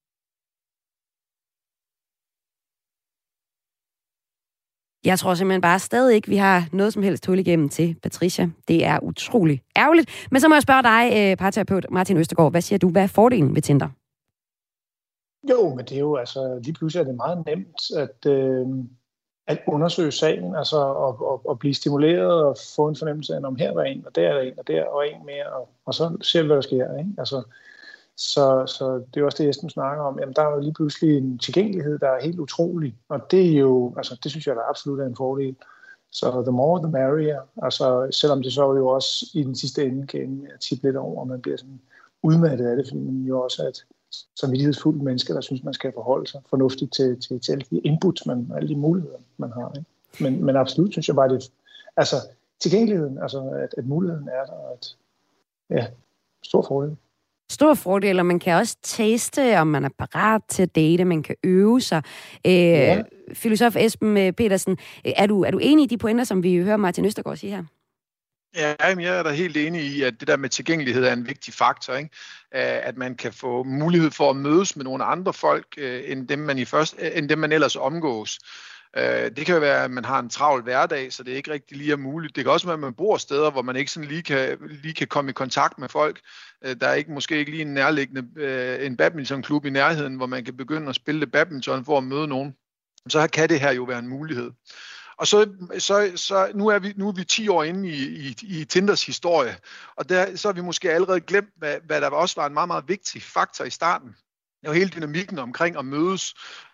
S1: Jeg tror simpelthen bare stadig ikke, vi har noget som helst hul igennem til Patricia. Det er utrolig ærgerligt. Men så må jeg spørge dig, parterapeut Martin Østergaard. Hvad siger du? Hvad er fordelen ved Tinder?
S4: Jo, men det er jo altså, lige pludselig er det meget nemt at, øh, at undersøge sagen, altså at, at, at blive stimuleret og få en fornemmelse af, om her var en, og der er en, og der og en mere, og, og så ser vi, hvad der sker, ikke? Altså, Så, så det er også det, Esben snakker om. Jamen, der er jo lige pludselig en tilgængelighed, der er helt utrolig. Og det er jo, altså, det synes jeg, der absolut er en fordel. Så the more, the merrier. Altså, selvom det så jo også i den sidste ende kan tippe lidt over, og man bliver sådan udmattet af det, fordi man jo også er et samvittighedsfuldt menneske, der synes, man skal forholde sig fornuftigt til, til, til alle de inputs, man, alle de muligheder, man har. Ikke? Men, men absolut synes jeg bare, det altså tilgængeligheden, altså at, at muligheden er der, og at, ja, stor fordel.
S1: Stor fordel, og man kan også taste, om man er parat til at date, man kan øve sig. Øh, ja. Filosof Esben Petersen, er du, er du enig i de pointer, som vi hører Martin Østergaard sige her?
S5: Ja, jeg er da helt enig i, at det der med tilgængelighed er en vigtig faktor, ikke? At man kan få mulighed for at mødes med nogle andre folk, end dem man, i først, end dem man ellers omgås. Det kan jo være, at man har en travl hverdag, så det er ikke rigtig lige er muligt. Det kan også være, at man bor steder, hvor man ikke sådan lige kan, lige kan komme i kontakt med folk. Der er ikke, måske ikke lige en nærliggende en badmintonklub i nærheden, hvor man kan begynde at spille badminton for at møde nogen. Så kan det her jo være en mulighed. Og så, så, så nu, er vi, nu er vi ti år inde i, i, i Tinders historie, og der, så har vi måske allerede glemt, hvad, hvad der også var en meget, meget vigtig faktor i starten. Det var hele dynamikken omkring at mødes.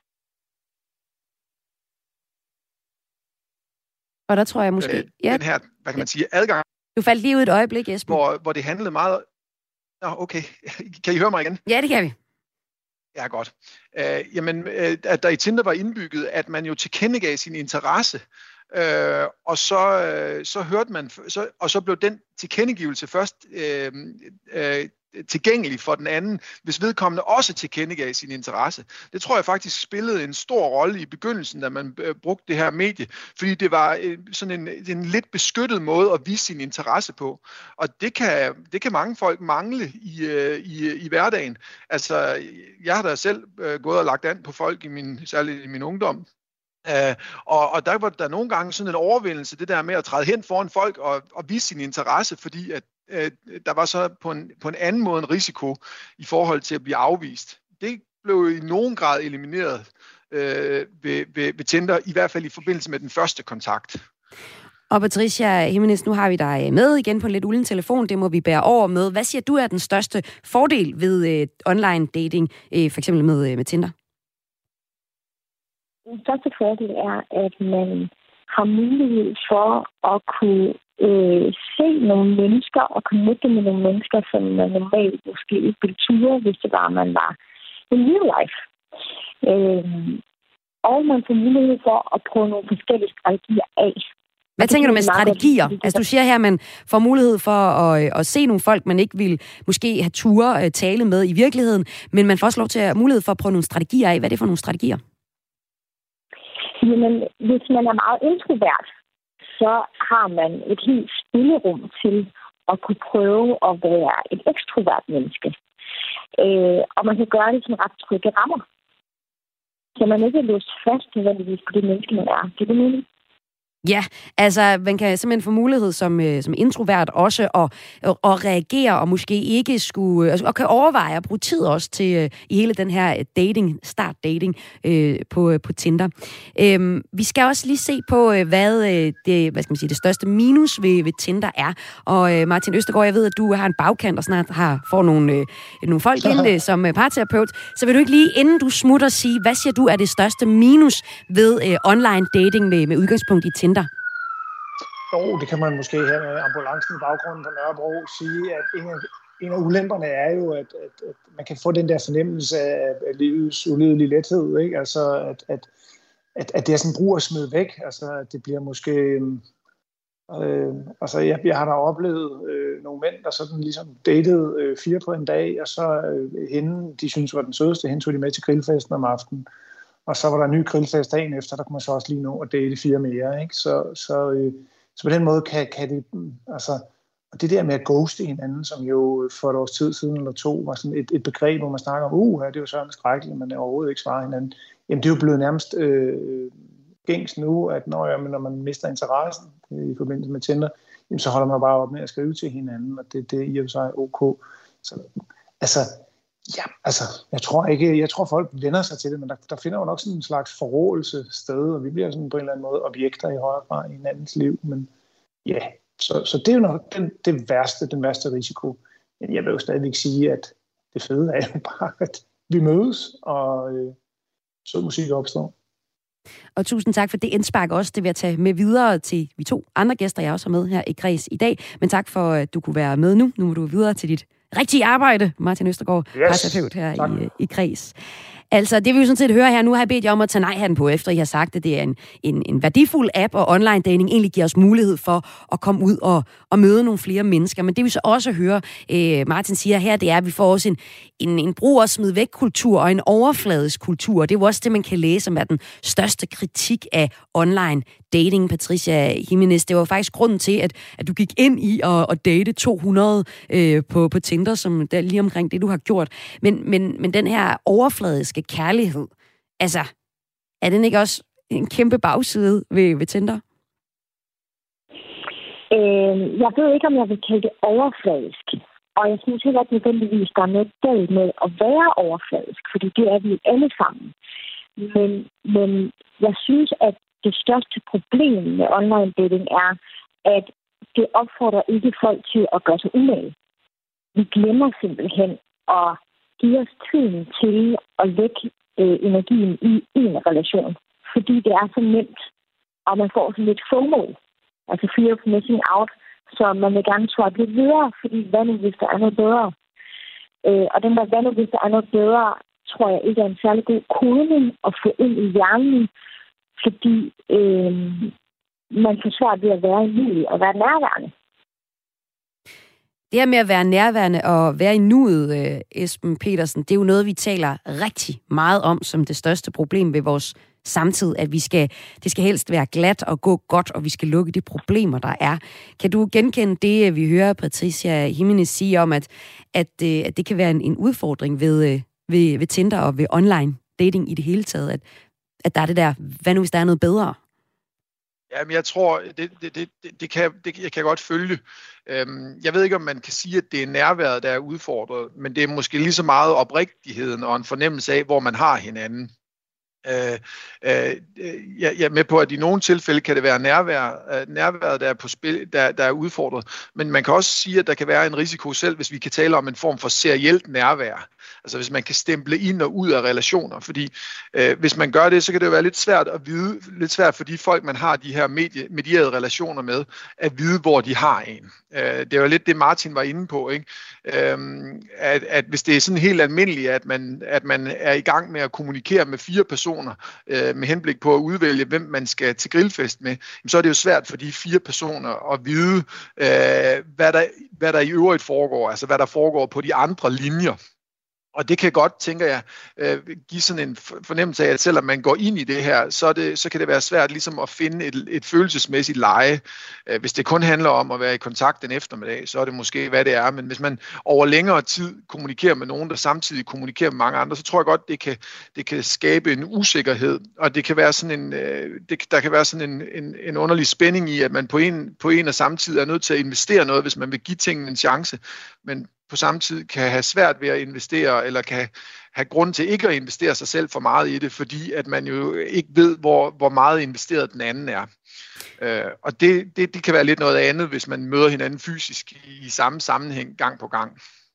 S1: Og der tror jeg måske...
S5: Øh,
S1: ja.
S5: Den her, hvad kan man sige, adgang...
S1: Du faldt lige ud et øjeblik, Esben.
S5: Hvor, hvor det handlede meget... Nå, okay. Kan I høre mig igen?
S1: Ja, det kan vi.
S5: Ja, godt. Øh, jamen, øh, at der i Tinder var indbygget, at man jo tilkendegav sin interesse øh, og så, øh, så hørte man, så, og så blev den tilkendegivelse først øh, øh, tilgængelig for den anden, hvis vedkommende også tilkendegav sin interesse. Det tror jeg faktisk spillede en stor rolle i begyndelsen, da man øh, brugte det her medie, fordi det var øh, sådan en, en lidt beskyttet måde at vise sin interesse på. Og det kan, det kan mange folk mangle i, øh, i, i hverdagen. Altså, jeg har da selv øh, gået og lagt an på folk, i min, særligt i min ungdom, Uh, og, og der var der nogle gange sådan en overvindelse, det der med at træde hen foran folk og, og vise sin interesse, fordi at uh, der var så på en, på en anden måde en risiko i forhold til at blive afvist. Det blev i nogen grad elimineret uh, ved, ved, ved Tinder, i hvert fald i forbindelse med den første kontakt.
S1: Og Patricia Jimenez, nu har vi dig med igen på en lidt ulden telefon, det må vi bære over med. Hvad siger du er den største fordel ved uh, online dating, uh, for eksempel med, uh, med Tinder?
S3: Den største fordel er, at man har mulighed for at kunne øh, se nogle mennesker og connecte med nogle mennesker, som man normalt måske ikke ville ture, hvis det var, man var in real life. Øh, og man får mulighed for at prøve nogle forskellige strategier af.
S1: Hvad tænker du med strategier? Altså du siger her, at man får mulighed for at, at se nogle folk, man ikke vil måske have ture tale med i virkeligheden, men man får også lov til at mulighed for at prøve nogle strategier af. Hvad er det for nogle strategier?
S3: Jamen, hvis man er meget introvert, så har man et helt spillerum til at kunne prøve at være et ekstrovert menneske. Øh, og man kan gøre det som ret trygge rammer. Så man ikke er låst fast nødvendigvis på det menneske, man er. Det er det mening.
S1: Ja, altså man kan simpelthen få mulighed som, øh, som introvert også at, at, at reagere og måske ikke skulle, og kan overveje at bruge tid også til øh, i hele den her dating, start dating øh, på, på Tinder. Øh, vi skal også lige se på, øh, hvad, øh, det, hvad skal man sige, det største minus ved, ved Tinder er. Og øh, Martin Østergaard, jeg ved, at du har en bagkant og snart har, får nogle, øh, nogle folk ind øh, som øh, parterapeut. Så vil du ikke lige, inden du smutter, sige, hvad siger du er det største minus ved øh, online dating med, med udgangspunkt i Tinder?
S4: Jo, det kan man måske have med ambulancen i baggrunden på Nørrebro sige, at en af, en af ulemperne er jo, at, at, at man kan få den der fornemmelse af, af livets ulidelige lethed, ikke? Altså, at, at, at, at det er sådan brug at smide væk. Altså, at det bliver måske... Øh, altså, jeg, jeg har da oplevet øh, nogle mænd, der sådan ligesom datede øh, fire på en dag, og så øh, hende, de synes var den sødeste, hende tog de med til grillfesten om aftenen. Og så var der en ny grillfest dagen efter, der kunne man så også lige nå at date fire mere, ikke? Så... så øh, Så på den måde kan, kan det, altså, og det der med at ghoste hinanden, som jo for et års tid siden eller to var sådan et, et begreb, hvor man snakker om, uh, det er jo sådan skrækkeligt, men overhovedet ikke svarer hinanden. Jamen det er jo blevet nærmest øh, gængs nu, at når, jamen, når man mister interessen øh, i forbindelse med Tinder, jamen, så holder man bare op med at skrive til hinanden, og det, det er i og for sig ok. Så, altså, ja, altså, jeg tror ikke, jeg tror folk vender sig til det, men der, der finder jo nok sådan en slags forrådelse sted, og vi bliver sådan på en eller anden måde objekter i højere grad i hinandens liv, men ja, så, så det er jo nok den, det værste, den værste risiko. Men jeg vil jo stadigvæk sige, at det fede er jo bare, at vi mødes, og øh, sød musik opstår.
S1: Og tusind tak for det indspark også. Det vil jeg tage med videre til vi to andre gæster, jeg også har med her i Kreds i dag. Men tak for, at du kunne være med nu. Nu må du videre til dit rigtige arbejde, Martin Østergaard, yes, parterapeut her i, i Kreds. Altså, det vil vi sådan set høre her. Nu har jeg bedt jer om at tage nej-hatten på, efter I har sagt, at det er en, en, en værdifuld app, og online dating egentlig giver os mulighed for at komme ud og, og møde nogle flere mennesker. Men det vi så også høre, øh, Martin siger her, det er, at vi får også en, en, en brug- og smid væk-kultur og en overfladisk kultur. Det er jo også det, man kan læse om, er den største kritik af online dating, Patricia Jimenez. Det var faktisk grunden til, at, at du gik ind i at, at date to hundrede øh, på, på Tinder, som der lige omkring det, du har gjort. Men, men, men den her overfladiske kærlighed, altså, er den ikke også en kæmpe bagside ved, ved Tinder?
S3: Øh, jeg ved ikke, om jeg vil kalde det overfladisk. Og jeg synes heller ikke nødvendigvis, der er noget galt med at være overfladisk, fordi det er vi alle sammen. Men, men jeg synes, at det største problem med online dating er, at det opfordrer ikke folk til at gøre sig umage. Vi glemmer simpelthen at give os tiden til at lægge øh, energien i en relation. Fordi det er så nemt, og man får sådan lidt FOMO, altså fear of missing out, så man vil gerne swipe lidt videre, fordi hvad nu, hvis der er noget bedre? Øh, og den der hvad nu, hvis der er noget bedre, tror jeg ikke er en særlig god kodning at få ind i hjernen, fordi øh, man får svært ved at være i nuet og være nærværende.
S1: Det her med at være nærværende og være i nuet, Esben Petersen, det er jo noget, vi taler rigtig meget om som det største problem ved vores samtid, at vi skal, det skal helst være glat og gå godt, og vi skal lukke de problemer, der er. Kan du genkende det, vi hører Patricia Jiménez sige om, at, at, at det kan være en, en udfordring ved, ved, ved Tinder og ved online dating i det hele taget, at, at der er det der, hvad nu hvis der er noget bedre?
S5: Jamen, jeg tror, det, det, det, det, kan, det jeg kan godt følge. Øhm, jeg ved ikke, om man kan sige, at det er nærværet, der er udfordret, men det er måske lige så meget oprigtigheden og en fornemmelse af, hvor man har hinanden. Øh, øh, jeg, jeg er med på, at i nogle tilfælde kan det være nærvær, nærværet, der er, på spil, der, der er udfordret, men man kan også sige, at der kan være en risiko selv, hvis vi kan tale om en form for serielt nærvær. Altså hvis man kan stemple ind og ud af relationer, fordi øh, hvis man gør det, så kan det jo være lidt svært at vide, lidt svært for de folk, man har de her medie, medierede relationer med, at vide, hvor de har en. Øh, det er jo lidt det, Martin var inde på, ikke? Øh, at, at hvis det er sådan helt almindeligt, at man, at man er i gang med at kommunikere med fire personer, øh, med henblik på at udvælge, hvem man skal til grillfest med, så er det jo svært for de fire personer at vide, øh, hvad, der, hvad der i øvrigt foregår, altså hvad der foregår på de andre linjer. Og det kan godt, tænker jeg, give sådan en fornemmelse af, at selvom man går ind i det her, så, er det, så kan det være svært ligesom at finde et, et følelsesmæssigt leje. Hvis det kun handler om at være i kontakt den eftermiddag, så er det måske, hvad det er. Men hvis man over længere tid kommunikerer med nogen, der samtidig kommunikerer med mange andre, så tror jeg godt, det kan, det kan skabe en usikkerhed. Og det kan være sådan en, det, der kan være sådan en, en, en underlig spænding i, at man på en, på en og samme tid er nødt til at investere noget, hvis man vil give tingene en chance. Men på samme tid kan have svært ved at investere, eller kan have grund til ikke at investere sig selv for meget i det, fordi at man jo ikke ved, hvor, hvor meget investeret den anden er. Øh, og det, det, det kan være lidt noget andet, hvis man møder hinanden fysisk i, i samme sammenhæng gang på gang.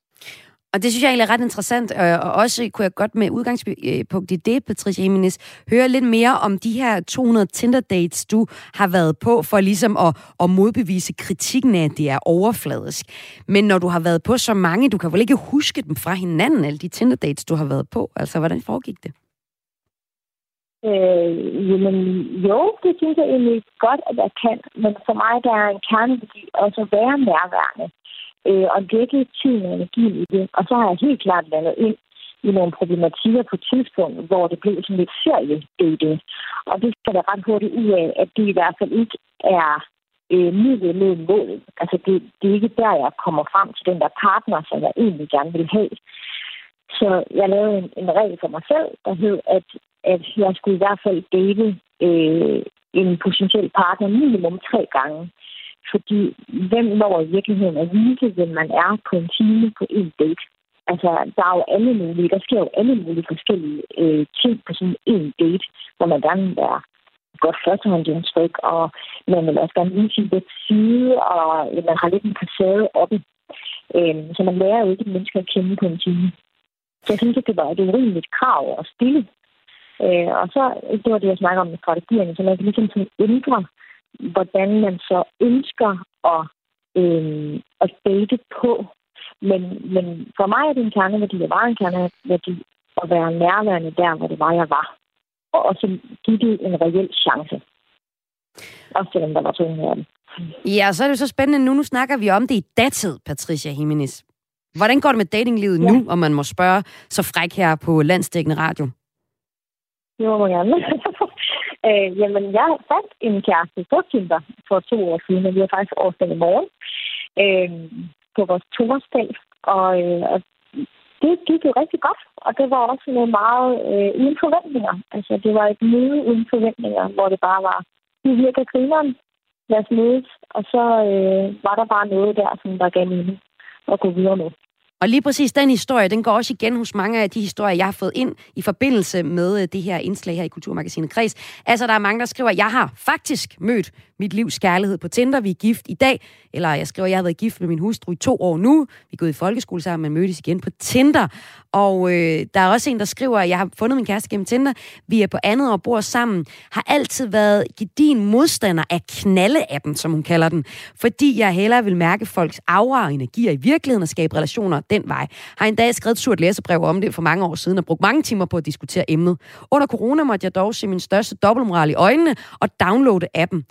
S1: Og det synes jeg egentlig er ret interessant, og også kunne jeg godt med udgangspunkt i det, Patricia Jiménez, høre lidt mere om de her to hundrede Tinder-dates, du har været på, for ligesom at, at modbevise kritikken af, at det er overfladisk. Men når du har været på så mange, du kan vel ikke huske dem fra hinanden, alle de Tinder-dates, du har været på? Altså, hvordan foregik det?
S3: Øh, jamen, jo, det synes jeg egentlig godt, at jeg kan. Men for mig, der er en kerneværdi også at være nærværende. Øh, og lægge tiden og energien i det. Og så har jeg helt klart landet ind i nogle problematikker på et tidspunkt, hvor det blev sådan lidt seriedating. Og det skal der ret hurtigt ud af, at det i hvert fald ikke er øh, midlet med målet. Altså det, det er ikke der, jeg kommer frem til den der partner, som jeg egentlig gerne vil have. Så jeg lavede en, en regel for mig selv, der hed, at, at jeg skulle i hvert fald date øh, en potentiel partner minimum tre gange. Fordi hvem når i virkeligheden at vise, hvem man er på en time på en date? Altså, der er jo alle mulige, der sker jo alle mulige forskellige øh, ting på sådan en date, hvor man gerne vil være godt førstehåndsindtryk, og man vil også gerne vise sin bedste side, og øh, man har lidt en facade oppe. Øh, så man lærer jo ikke mennesker at kende på en time. Så jeg synes, at det var et urimeligt krav at stille. Øh, og så, det var det, jeg snakker om med strategierne, så man kan ligesom sådan ændre, hvordan man så ønsker at, øh, at date på. Men, men for mig er det en kerneværdi, det var en kerneværdi at være nærværende der, hvor det var, jeg var. Og også give det en reel chance. Også selvom der var to af dem.
S1: Ja, så er det jo så spændende nu. Nu snakker vi om det i datid, Patricia Jiménez. Hvordan går det med datinglivet ja. nu, om man må spørge så fræk her på Landsdækkende Radio?
S3: Det må man gerne. Øh, jamen, jeg fandt en kæreste på Tinder for to år siden, og vi har faktisk årsdag i morgen øh, på vores toårsdag, og, øh, og det gik jo rigtig godt, og det var også noget meget øh, uden forventninger. Altså, det var et møde uden forventninger, hvor det bare var, vi virker grineren, lad os mødes, og så øh, var der bare noget der, som der gav mening at gå videre med.
S1: Og lige præcis den historie, den går også igen hos mange af de historier, jeg har fået ind i forbindelse med det her indslag her i Kulturmagasinet Kreds. Altså, der er mange, der skriver, at jeg har faktisk mødt mit livs kærlighed på Tinder. Vi er gift i dag. Eller jeg skriver, at jeg har været gift med min hustru i to år nu. Vi er gået i folkeskole sammen, men mødtes igen på Tinder. Og øh, der er også en, der skriver, at jeg har fundet min kæreste gennem Tinder. Vi er på andet og bor sammen. Har altid været gedin modstander af knalde-appen, som hun kalder den. Fordi jeg hellere vil mærke folks aura og energier i virkeligheden og skabe relationer den vej. Har en dag skrevet et surt læserbrev om det for mange år siden og brugt mange timer på at diskutere emnet. Under corona måtte jeg dog se min største dobbeltmoral i øjnene og downloade appen.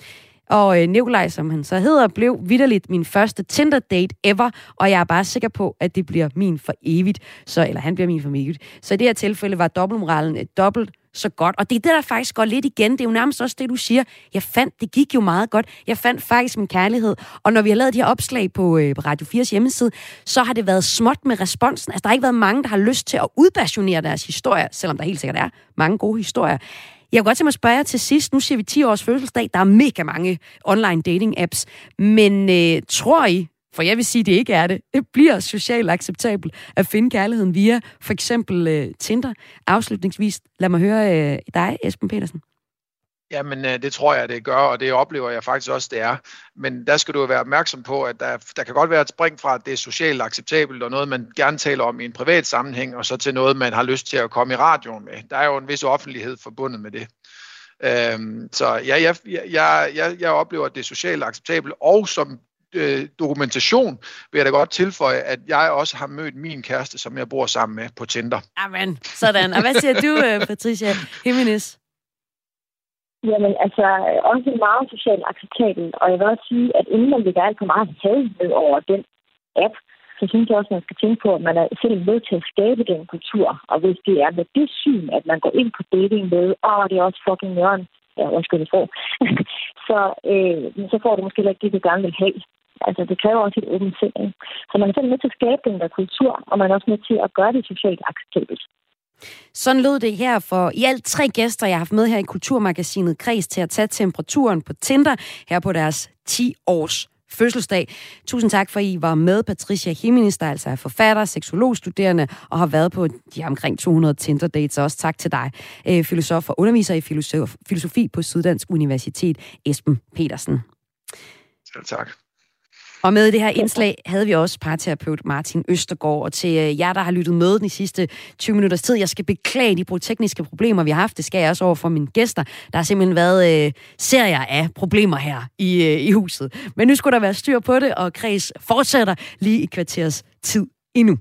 S1: Og øh, Nikolaj, som han så hedder, blev vitterligt min første Tinder-date ever, og jeg er bare sikker på, at det bliver min for evigt. Så, eller han bliver min for evigt. Så i det her tilfælde var dobbeltmoralen et dobbelt så godt. Og det er det, der faktisk går lidt igen. Det er jo nærmest også det, du siger. Jeg fandt, det gik jo meget godt. Jeg fandt faktisk min kærlighed. Og når vi har lavet de her opslag på, øh, på Radio fires hjemmeside, så har det været småt med responsen. Altså, der har ikke været mange, der har lyst til at udpassionere deres historier, selvom der helt sikkert er mange gode historier. Jeg kunne godt tænke mig at spørge jer til sidst. Nu siger vi ti års fødselsdag. Der er mega mange online dating apps. Men øh, tror I, for jeg vil sige, det ikke er det, det bliver socialt acceptabelt at finde kærligheden via for eksempel øh, Tinder. Afslutningsvis, lad mig høre øh, dig, Esben Petersen.
S5: Jamen, det tror jeg, det gør, og det oplever jeg faktisk også, det er. Men der skal du være opmærksom på, at der, der kan godt være et spring fra, at det er socialt acceptabelt, og noget, man gerne taler om i en privat sammenhæng, og så til noget, man har lyst til at komme i radioen med. Der er jo en vis offentlighed forbundet med det. Øhm, så ja, jeg, jeg, jeg, jeg oplever, at det er socialt acceptabelt, og som øh, dokumentation vil jeg da godt tilføje, at jeg også har mødt min kæreste, som jeg bor sammen med på Tinder.
S1: Amen, sådan. Og hvad siger du, Patricia Jimenez?
S3: Jamen, altså, også meget socialt acceptabelt. Og jeg vil også sige, at inden man ligger alt for meget had over den app, så synes jeg også, at man skal tænke på, at man er selv med til at skabe den kultur. Og hvis det er med det syn, at man går ind på dating med, åh, det er også fucking nøren, ja, undskyld, det får, så, øh, så får du måske ikke det, du gerne vil have. Altså, det kræver også et åbent sind. Så man er selv med til at skabe den der kultur, og man er også med til at gøre det socialt acceptabelt.
S1: Sådan lød det her for i alt tre gæster, jeg har haft med her i Kulturmagasinet Kreds til at tage temperaturen på Tinder her på deres ti års fødselsdag. Tusind tak, for I var med. Patricia Jimenez, der altså er forfatter, seksologstuderende og har været på de omkring to hundrede Tinder-dates. Også tak til dig, filosof og underviser i filosofi på Syddansk Universitet, Esben Petersen.
S5: Selv tak.
S1: Og med i det her indslag havde vi også parterapeut Martin Østergaard. Og til jer, der har lyttet med den sidste tyve minutters tid, jeg skal beklage de tekniske problemer, vi har haft. Det skal jeg også over for mine gæster. Der har simpelthen været øh, serier af problemer her i, øh, i huset. Men nu skulle der være styr på det, og Kreds fortsætter lige i kvarters tid endnu.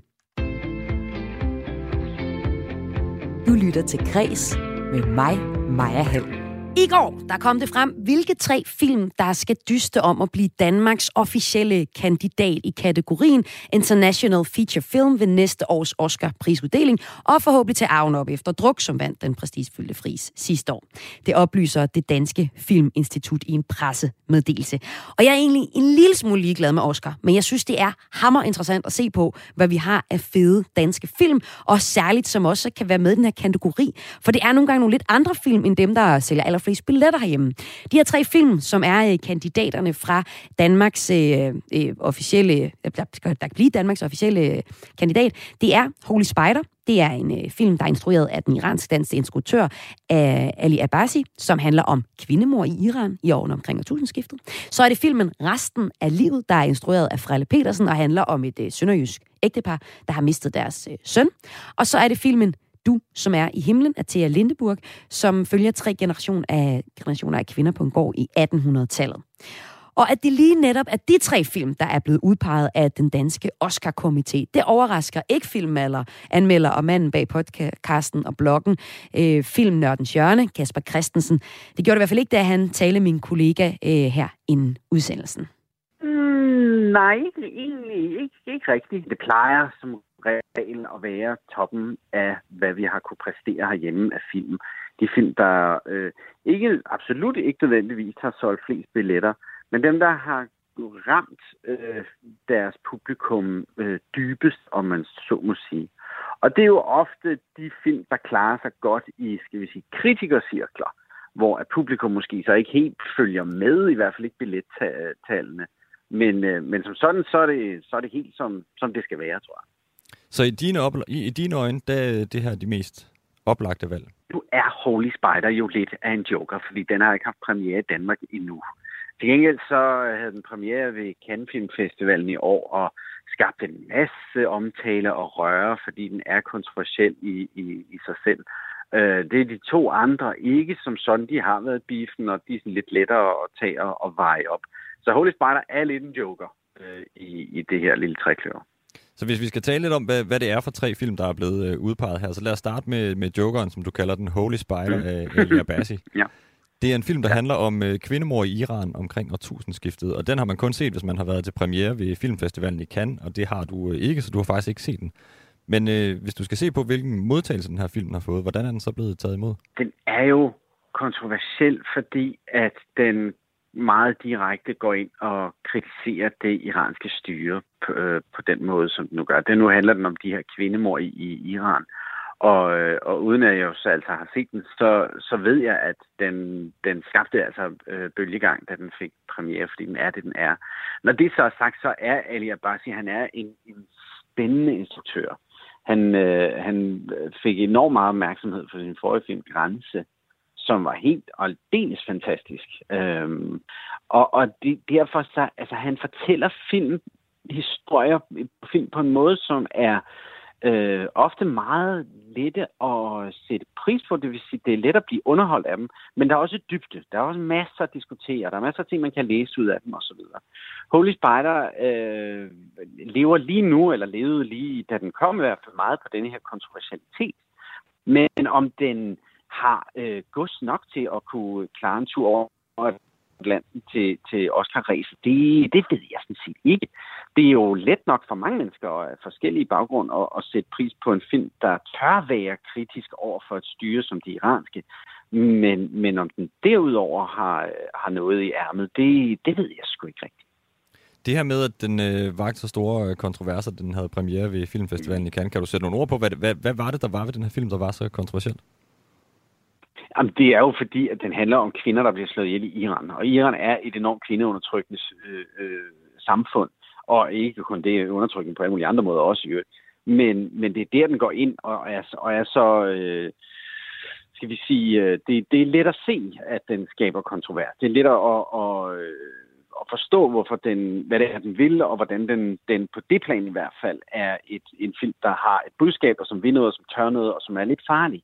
S1: Du lytter til Kreds med mig, Maja Hall. I går, der kom det frem, hvilke tre film, der skal dyste om at blive Danmarks officielle kandidat i kategorien International Feature Film ved næste års Oscar-prisuddeling, og forhåbentlig til arven op efter Druk, som vandt den prestigefyldte pris sidste år. Det oplyser det Danske Filminstitut i en pressemeddelelse. Og jeg er egentlig en lille smule ligeglad med Oscar, men jeg synes, det er hammer interessant at se på, hvad vi har af fede danske film, og særligt som også kan være med i den her kategori. For det er nogle gange nogle lidt andre film, end dem, der sælger aller flest billetter herhjemme. De her tre film, som er øh, kandidaterne fra Danmarks øh, øh, officielle, øh, der kan blive Danmarks officielle øh, kandidat, det er Holy Spider. Det er en øh, film, der er instrueret af den iransk-danske instruktør øh, Ali Abbasi, som handler om kvindemord i Iran i årene omkring årtusindskiftet. Så er det filmen Resten af livet, der er instrueret af Frelle Petersen og handler om et øh, sønderjysk ægtepar, der har mistet deres øh, søn. Og så er det filmen Du, som er i himlen, af Thea Lindeburg, som følger tre generationer af, generationer af kvinder på en gård i attenhundredetallet. Og at det lige netop er de tre film, der er blevet udpeget af den danske Oscar-komité, det overrasker ikke filmanmelder, anmelder og manden bag podcasten og bloggen, øh, Filmnørdens Hjørne, Kasper Christensen. Det gjorde det i hvert fald ikke, da han talte min kollega øh, her inden udsendelsen.
S6: Mm, nej, egentlig ikke, ikke rigtigt. Det plejer som regel at være toppen af, hvad vi har kunne præstere herhjemme af film. De film, der øh, ikke absolut ikke nødvendigvis har solgt flest billetter, men dem, der har ramt øh, deres publikum øh, dybest, om man så må sige. Og det er jo ofte de film, der klarer sig godt i, skal vi sige, kritikercirkler, hvor at publikum måske så ikke helt følger med, i hvert fald ikke billettallene. Men, øh, men som sådan, så er det, så er det helt som, som det skal være, tror jeg. Så
S7: i dine, opla- i, i dine øjne, der er det her de mest oplagte valg?
S6: Nu er Holy Spider jo lidt af en joker, fordi den har ikke haft premiere i Danmark endnu. Til gengæld så havde den premiere ved Cannes Filmfestivalen i år og skabt en masse omtale og røre, fordi den er kontroversiel i, i, i sig selv. Uh, det er de to andre ikke som sådan, de har været beefen, og de er sådan lidt lettere at tage og, og veje op. Så Holy Spider er lidt en joker uh, i, i det her lille trekløver.
S7: Så hvis vi skal tale lidt om, hvad, hvad det er for tre film, der er blevet øh, udpeget her, så lad os starte med, med Jokeren, som du kalder den, Holy Spider af Ali Abbasi.
S6: Ja.
S7: Det er en film, der ja. handler om øh, kvindemord i Iran omkring årtusindskiftet, og den har man kun set, hvis man har været til premiere ved Filmfestivalen i Cannes, og det har du øh, ikke, så du har faktisk ikke set den. Men øh, hvis du skal se på, hvilken modtagelse den her film har fået, hvordan er den så blevet taget imod?
S6: Den er jo kontroversiel, fordi at den meget direkte går ind og kritiserer det iranske styre på, øh, på den måde, som den nu gør. Det nu handler den om de her kvindemord i, i Iran. Og, øh, og uden at jeg jo så altså har set den, så, så ved jeg, at den, den skabte altså øh, bølgegang, da den fik premiere, fordi den er det, den er. Når det så er sagt, så er Ali Abbasi, han er en, en spændende instruktør. Han, øh, han fik enormt meget opmærksomhed for sin forrige film, Grænse, som var helt og aldeles fantastisk. Øhm, og og det, derfor så, altså han fortæller film, historier film på en måde, som er øh, ofte meget lette at sætte pris på. Det vil sige, det er let at blive underholdt af dem, men der er også dybde. Der er også masser at diskutere. Der er masser af ting, man kan læse ud af dem osv. Holy Spider øh, lever lige nu, eller levede lige, da den kom i hvert fald meget på denne her kontroversialitet. Men om den har øh, gods nok til at kunne klare en tur over Atlanten til, til Oscar-ræset, det, det ved jeg sådan set ikke. Det er jo let nok for mange mennesker af forskellige baggrunde at, at sætte pris på en film, der tør være kritisk over for et styre som det iranske. Men, men om den derudover har, har noget i ærmet, det, det ved jeg sgu ikke rigtigt.
S7: Det her med, at den øh, vagte så store kontroverser, den havde premiere ved Filmfestivalen i Cannes, kan du sætte nogle ord på? Hvad, hvad, hvad var det, der var ved den her film, der var så kontroversielt?
S6: Jamen, det er jo fordi, at den handler om kvinder, der bliver slået ihjel i Iran. Og Iran er et enormt kvindeundertrykkende øh, øh, samfund. Og ikke kun det undertrykkende på alle mulige andre måder også i øvrigt. Men, men det er der, den går ind og er, og er så, øh, skal vi sige, øh, det, det er let at se, at den skaber kontrovers. Det er let at, at, at forstå, hvorfor den, hvad det er, den vil, og hvordan den, den på det plan i hvert fald er et, en film, der har et budskab, som vil noget, som tør noget, og som er lidt farlig.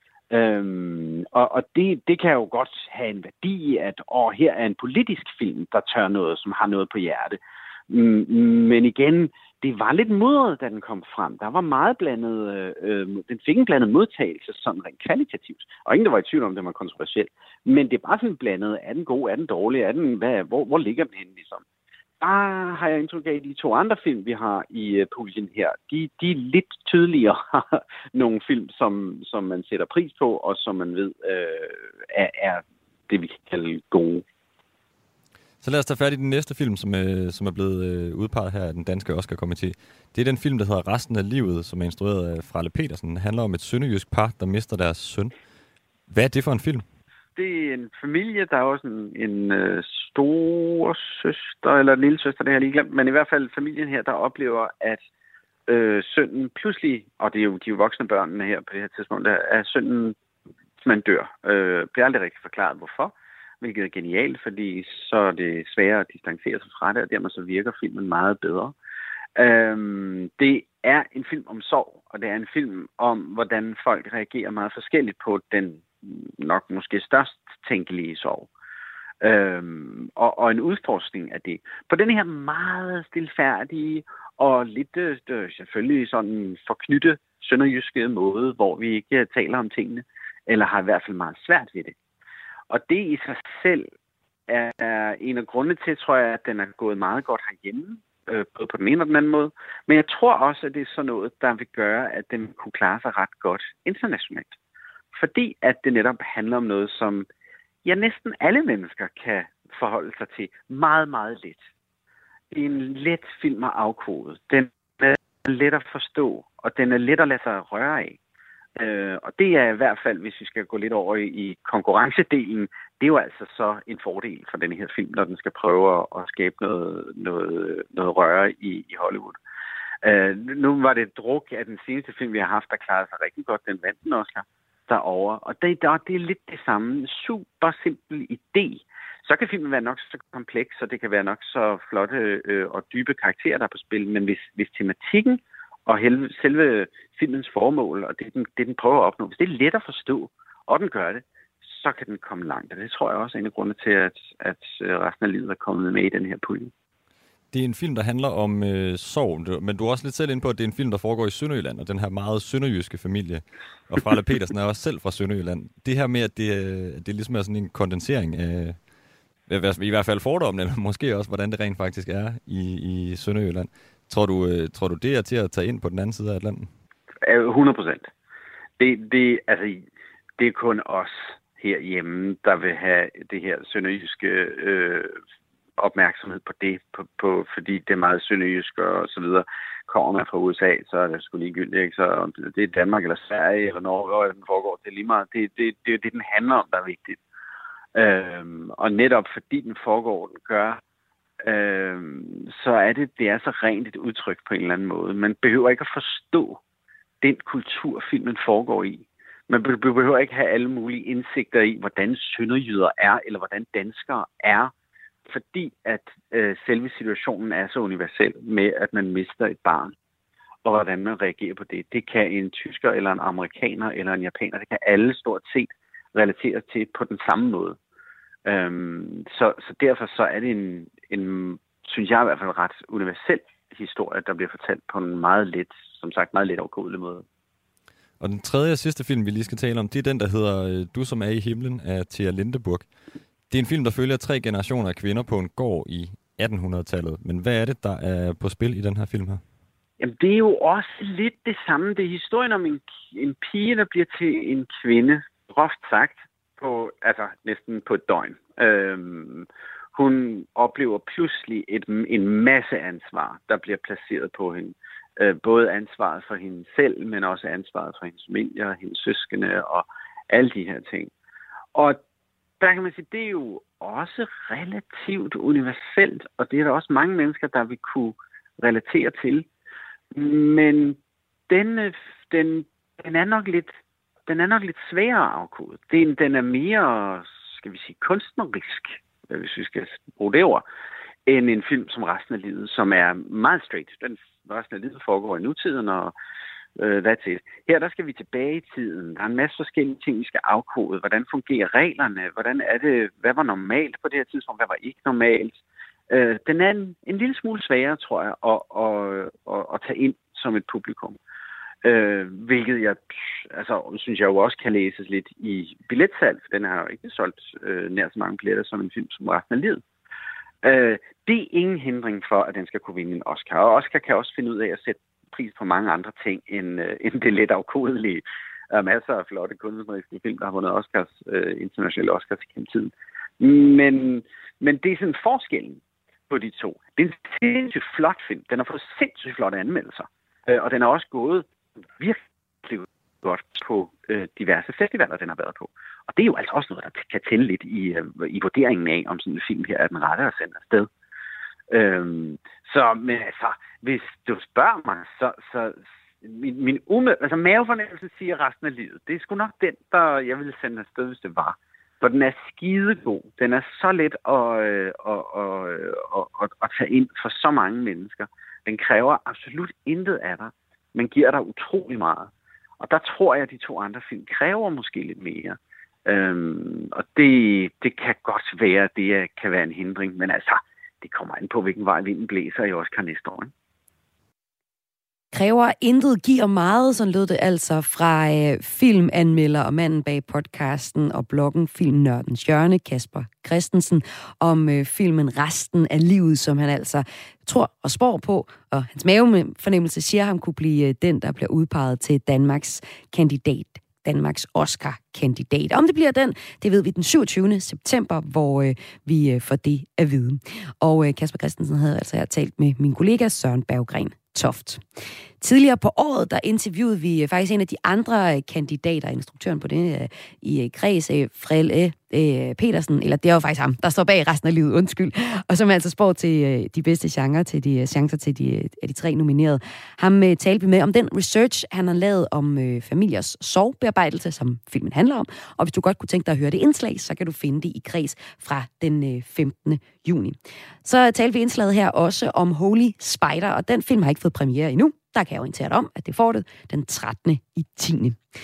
S6: Øhm, og og det, det kan jo godt have en værdi, at åh, her er en politisk film, der tør noget, som har noget på hjerte. Mm, men igen, det var lidt mudret, da den kom frem. Der var meget blandet, øh, den fik en blandet modtagelse, sådan rent kvalitativt. Og ingen der var i tvivl om, det var kontroversielt. Men det er bare sådan blandet, er den god, er den dårlig, er den, hvad, hvor, hvor ligger den henne ligesom? Der har jeg indtryk af, de to andre film, vi har i uh, puljen her, de, de er lidt tydeligere nogle film, som, som man sætter pris på, og som man ved øh, er, er det, vi kan kalde gode.
S7: Så lad os tage fat i den næste film, som, øh, som er blevet øh, udpeget her af den danske Oscar-komité. Det er den film, der hedder Resten af livet, som er instrueret af Fralle Petersen. Den handler om et sønderjysk par, der mister deres søn. Hvad er det for en film?
S6: Det er en familie, der er også en, en øh, store søster, eller en lille søster, det har jeg lige glemt, men i hvert fald familien her, der oplever, at øh, sønnen pludselig, og det er jo de voksne børnene her på det her tidspunkt, der er sønnen, man dør. Øh, bliver aldrig rigtig forklaret, hvorfor, hvilket er genialt, fordi så er det sværere at distancere sig fra det, og dermed så virker filmen meget bedre. Øh, det er en film om sorg, og det er en film om, hvordan folk reagerer meget forskelligt på den nok måske størst tænkelige sorg. Øhm, og, og en udforskning af det. På den her meget stilfærdige og lidt øh, selvfølgelig sådan forknytte sønderjyske måde, hvor vi ikke taler om tingene, eller har i hvert fald meget svært ved det. Og det i sig selv er en af grundene til, tror jeg, at den er gået meget godt herhjemme, øh, både på den ene og den anden måde. Men jeg tror også, at det er sådan noget, der vil gøre, at den kunne klare sig ret godt internationalt. Fordi at det netop handler om noget, som ja, næsten alle mennesker kan forholde sig til meget, meget let. Det er en let film at afkode. Den er let at forstå, og den er let at lade sig røre af. Øh, og det er i hvert fald, hvis vi skal gå lidt over i, i konkurrencedelen, det er jo altså så en fordel for den her film, når den skal prøve at, at skabe noget, noget, noget røre i, i Hollywood. Øh, nu var det druk af den seneste film, vi har haft, der klarede sig rigtig godt. Den vandt den Oscar derovre. Og det, der, det er lidt det samme. En super simpel idé. Så kan filmen være nok så kompleks, og det kan være nok så flotte øh, og dybe karakterer, der er på spil. Men hvis, hvis tematikken og helve, selve filmens formål, og det den, det, den prøver at opnå, hvis det er let at forstå, og den gør det, så kan den komme langt. Og det tror jeg også er en af grundene til, at, at resten af livet er kommet med i den her pulje.
S7: Det er en film, der handler om øh, sorg, men du er også lidt selv inde på, at det er en film, der foregår i Sønderjylland, og den her meget sønderjyske familie. Og Frelle Petersen er også selv fra Sønderjylland. Det her med, at det, øh, det ligesom er sådan en kondensering af, i hvert fald fordommen, eller måske også, hvordan det rent faktisk er i, i Sønderjylland. Tror du, øh, tror du, det er til at tage ind på den anden side af Atlanten?
S6: hundrede procent. Det, det, altså, det er kun os herhjemme, der vil have det her sønderjyske øh, opmærksomhed på det, på, på, fordi det er meget sønderjysk og så videre. Kommer man fra U S A, så er det sgu ligegyldigt, ikke? Så om det er Danmark eller Sverige eller Norge, hvor den foregår, det er lige meget. Det, det, det er jo det, den handler om, der er vigtigt. Øhm, og netop fordi den foregår, den gør, øhm, så er det, det er så rent et udtryk på en eller anden måde. Man behøver ikke at forstå den kultur, filmen foregår i. Man behøver ikke have alle mulige indsigter i, hvordan sønderjyder er, eller hvordan danskere er, fordi at øh, selve situationen er så universel med, at man mister et barn, og hvordan man reagerer på det. Det kan en tysker, eller en amerikaner, eller en japaner, det kan alle stort set relatere til på den samme måde. Øhm, så, så derfor så er det en, en, synes jeg i hvert fald, ret universel historie, der bliver fortalt på en meget let, som sagt meget let overgåelig måde.
S7: Og den tredje og sidste film, vi lige skal tale om, det er den, der hedder Du som er i himlen af Thea Lindeburg. Det er en film, der følger tre generationer af kvinder på en gård i attenhundredetallet. Men hvad er det, der er på spil i den her film her?
S6: Jamen, det er jo også lidt det samme. Det er historien om en, en pige, der bliver til en kvinde, groft sagt, på, altså næsten på et døgn. Øhm, hun oplever pludselig et, en masse ansvar, der bliver placeret på hende. Øh, både ansvaret for hende selv, men også ansvaret for hendes familie og hendes søskende og alle de her ting. Og der kan man sige, det er jo også relativt universelt, og det er der også mange mennesker, der vil kunne relatere til. Men den, den, den er nok lidt, den er nok lidt sværere at afkode. Den, den er mere, skal vi sige, kunstnerisk, hvis vi skal bruge det ord, end en film som Resten af livet, som er meget straight. Den Resten af livet foregår i nutiden, og øh, that's it. Her der skal vi tilbage i tiden. Der er en masse forskellige ting, vi skal afkode. Hvordan fungerer reglerne? Hvordan er det? Hvad var normalt på det her tidspunkt? Hvad var ikke normalt? Øh, den er en, en lille smule sværere, tror jeg, at, at, at, at tage ind som et publikum. Øh, hvilket jeg, altså, synes jeg jo også kan læses lidt i billetsalg, for den har jo ikke solgt øh, nær så mange billetter som en film som Resten af livet. Øh, det er ingen hindring for, at den skal kunne vinde en Oscar. Og Oscar kan også finde ud af at sætte pris på mange andre ting, end, øh, end det let afkodelige. Der er masser af flotte kunstneriske film, der har vundet Oscars, øh, internationale Oscars gennem tiden. Men, men det er sådan forskellen på de to. Det er en sindssygt flot film. Den har fået sindssygt flotte anmeldelser. Øh, og den er også gået virkelig godt på øh, diverse festivaler, den har været på. Og det er jo altså også noget, der kan tælle lidt i, øh, i vurderingen af, om sådan en film her er den rette at sende afsted. Øhm, så, men altså, hvis du spørger mig, så, så min, min umed, altså mavefornemmelse siger Resten af livet. Det er sgu nok den, der jeg ville sende afsted, hvis det var. For den er skidegod. Den er så let at, øh, at, at, at, at, at tage ind for så mange mennesker. Den kræver absolut intet af dig, men giver dig utrolig meget. Og der tror jeg, at de to andre film kræver måske lidt mere. Øhm, og det, det kan godt være, at det kan være en hindring, men altså, det kommer an på, hvilken vej vinden blæser i Oscar næste år. Ikke?
S1: Kræver intet, giver meget, sådan lød det altså fra øh, filmanmelder og manden bag podcasten og bloggen Filmnørdens Hjørne, Kasper Christensen, om øh, filmen Resten af livet, som han altså tror og spår på, og hans mavefornemmelse siger, at han kunne blive øh, den, der bliver udpeget til Danmarks kandidat. Danmarks Oscar-kandidat. Om det bliver den, det ved vi den syvogtyvende september, hvor øh, vi øh, får det at vide. Og øh, Kasper Christensen havde altså her talt med min kollega Søren Berggren Toft. Tidligere på året, der interviewede vi faktisk en af de andre kandidater, instruktøren på det i kreds, Frelle Petersen, eller det er jo faktisk ham, der står bag Resten af livet, undskyld, og som altså spår til de bedste chancer, til de chancer til de, af de tre nominerede. Ham talte vi med om den research, han har lavet om familiers sorgbearbejdelse, som filmen handler om, og hvis du godt kunne tænke dig at høre det indslag, så kan du finde det i kreds fra den femtende juni. Så talte vi indslaget her også om Holy Spider, og den film har ikke fået premiere endnu. Der kan jeg orientere dig om, at det får det den trettende i tiende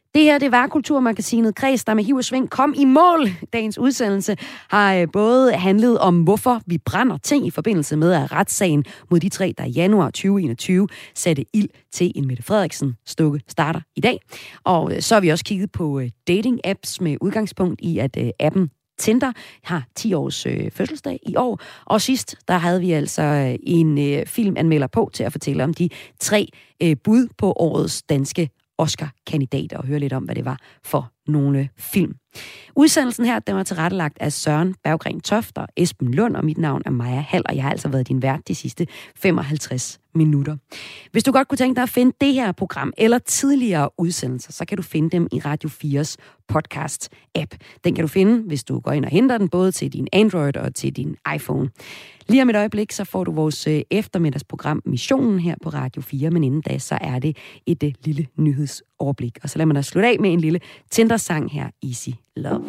S1: Det her, det var Kulturmagasinet Kreds, der med hiv og sving kom i mål. Dagens udsendelse har både handlet om, hvorfor vi brænder ting i forbindelse med, at retssagen mod de tre, der i januar tyve enogtyve satte ild til en Mette Frederiksen-stukke, starter i dag. Og så har vi også kigget på dating-apps med udgangspunkt i, at appen Tinder har ti års øh, fødselsdag i år. Og sidst, der havde vi altså en øh, filmanmelder på til at fortælle om de tre øh, bud på årets danske Oscar-kandidater og høre lidt om, hvad det var for nogle film. Udsendelsen her, den var tilrettelagt af Søren Berggren Toft og Esben Lund, og mit navn er Maja Hall, og jeg har altså været din vært de sidste femoghalvtreds minutter. Hvis du godt kunne tænke dig at finde det her program eller tidligere udsendelser, så kan du finde dem i Radio fires podcast-app. Den kan du finde, hvis du går ind og henter den, både til din Android og til din iPhone. Lige om et øjeblik, så får du vores eftermiddagsprogram Missionen her på Radio fire, men inden da, så er det et uh, lille nyhedsoverblik. Og så lad mig da slutte af med en lille Tinder-sang her, Easy Love.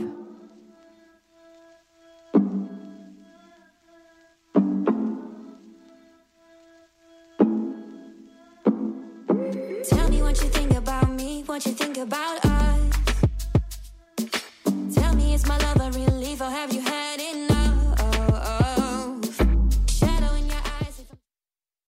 S8: Tell me what you think about me, what you think about us.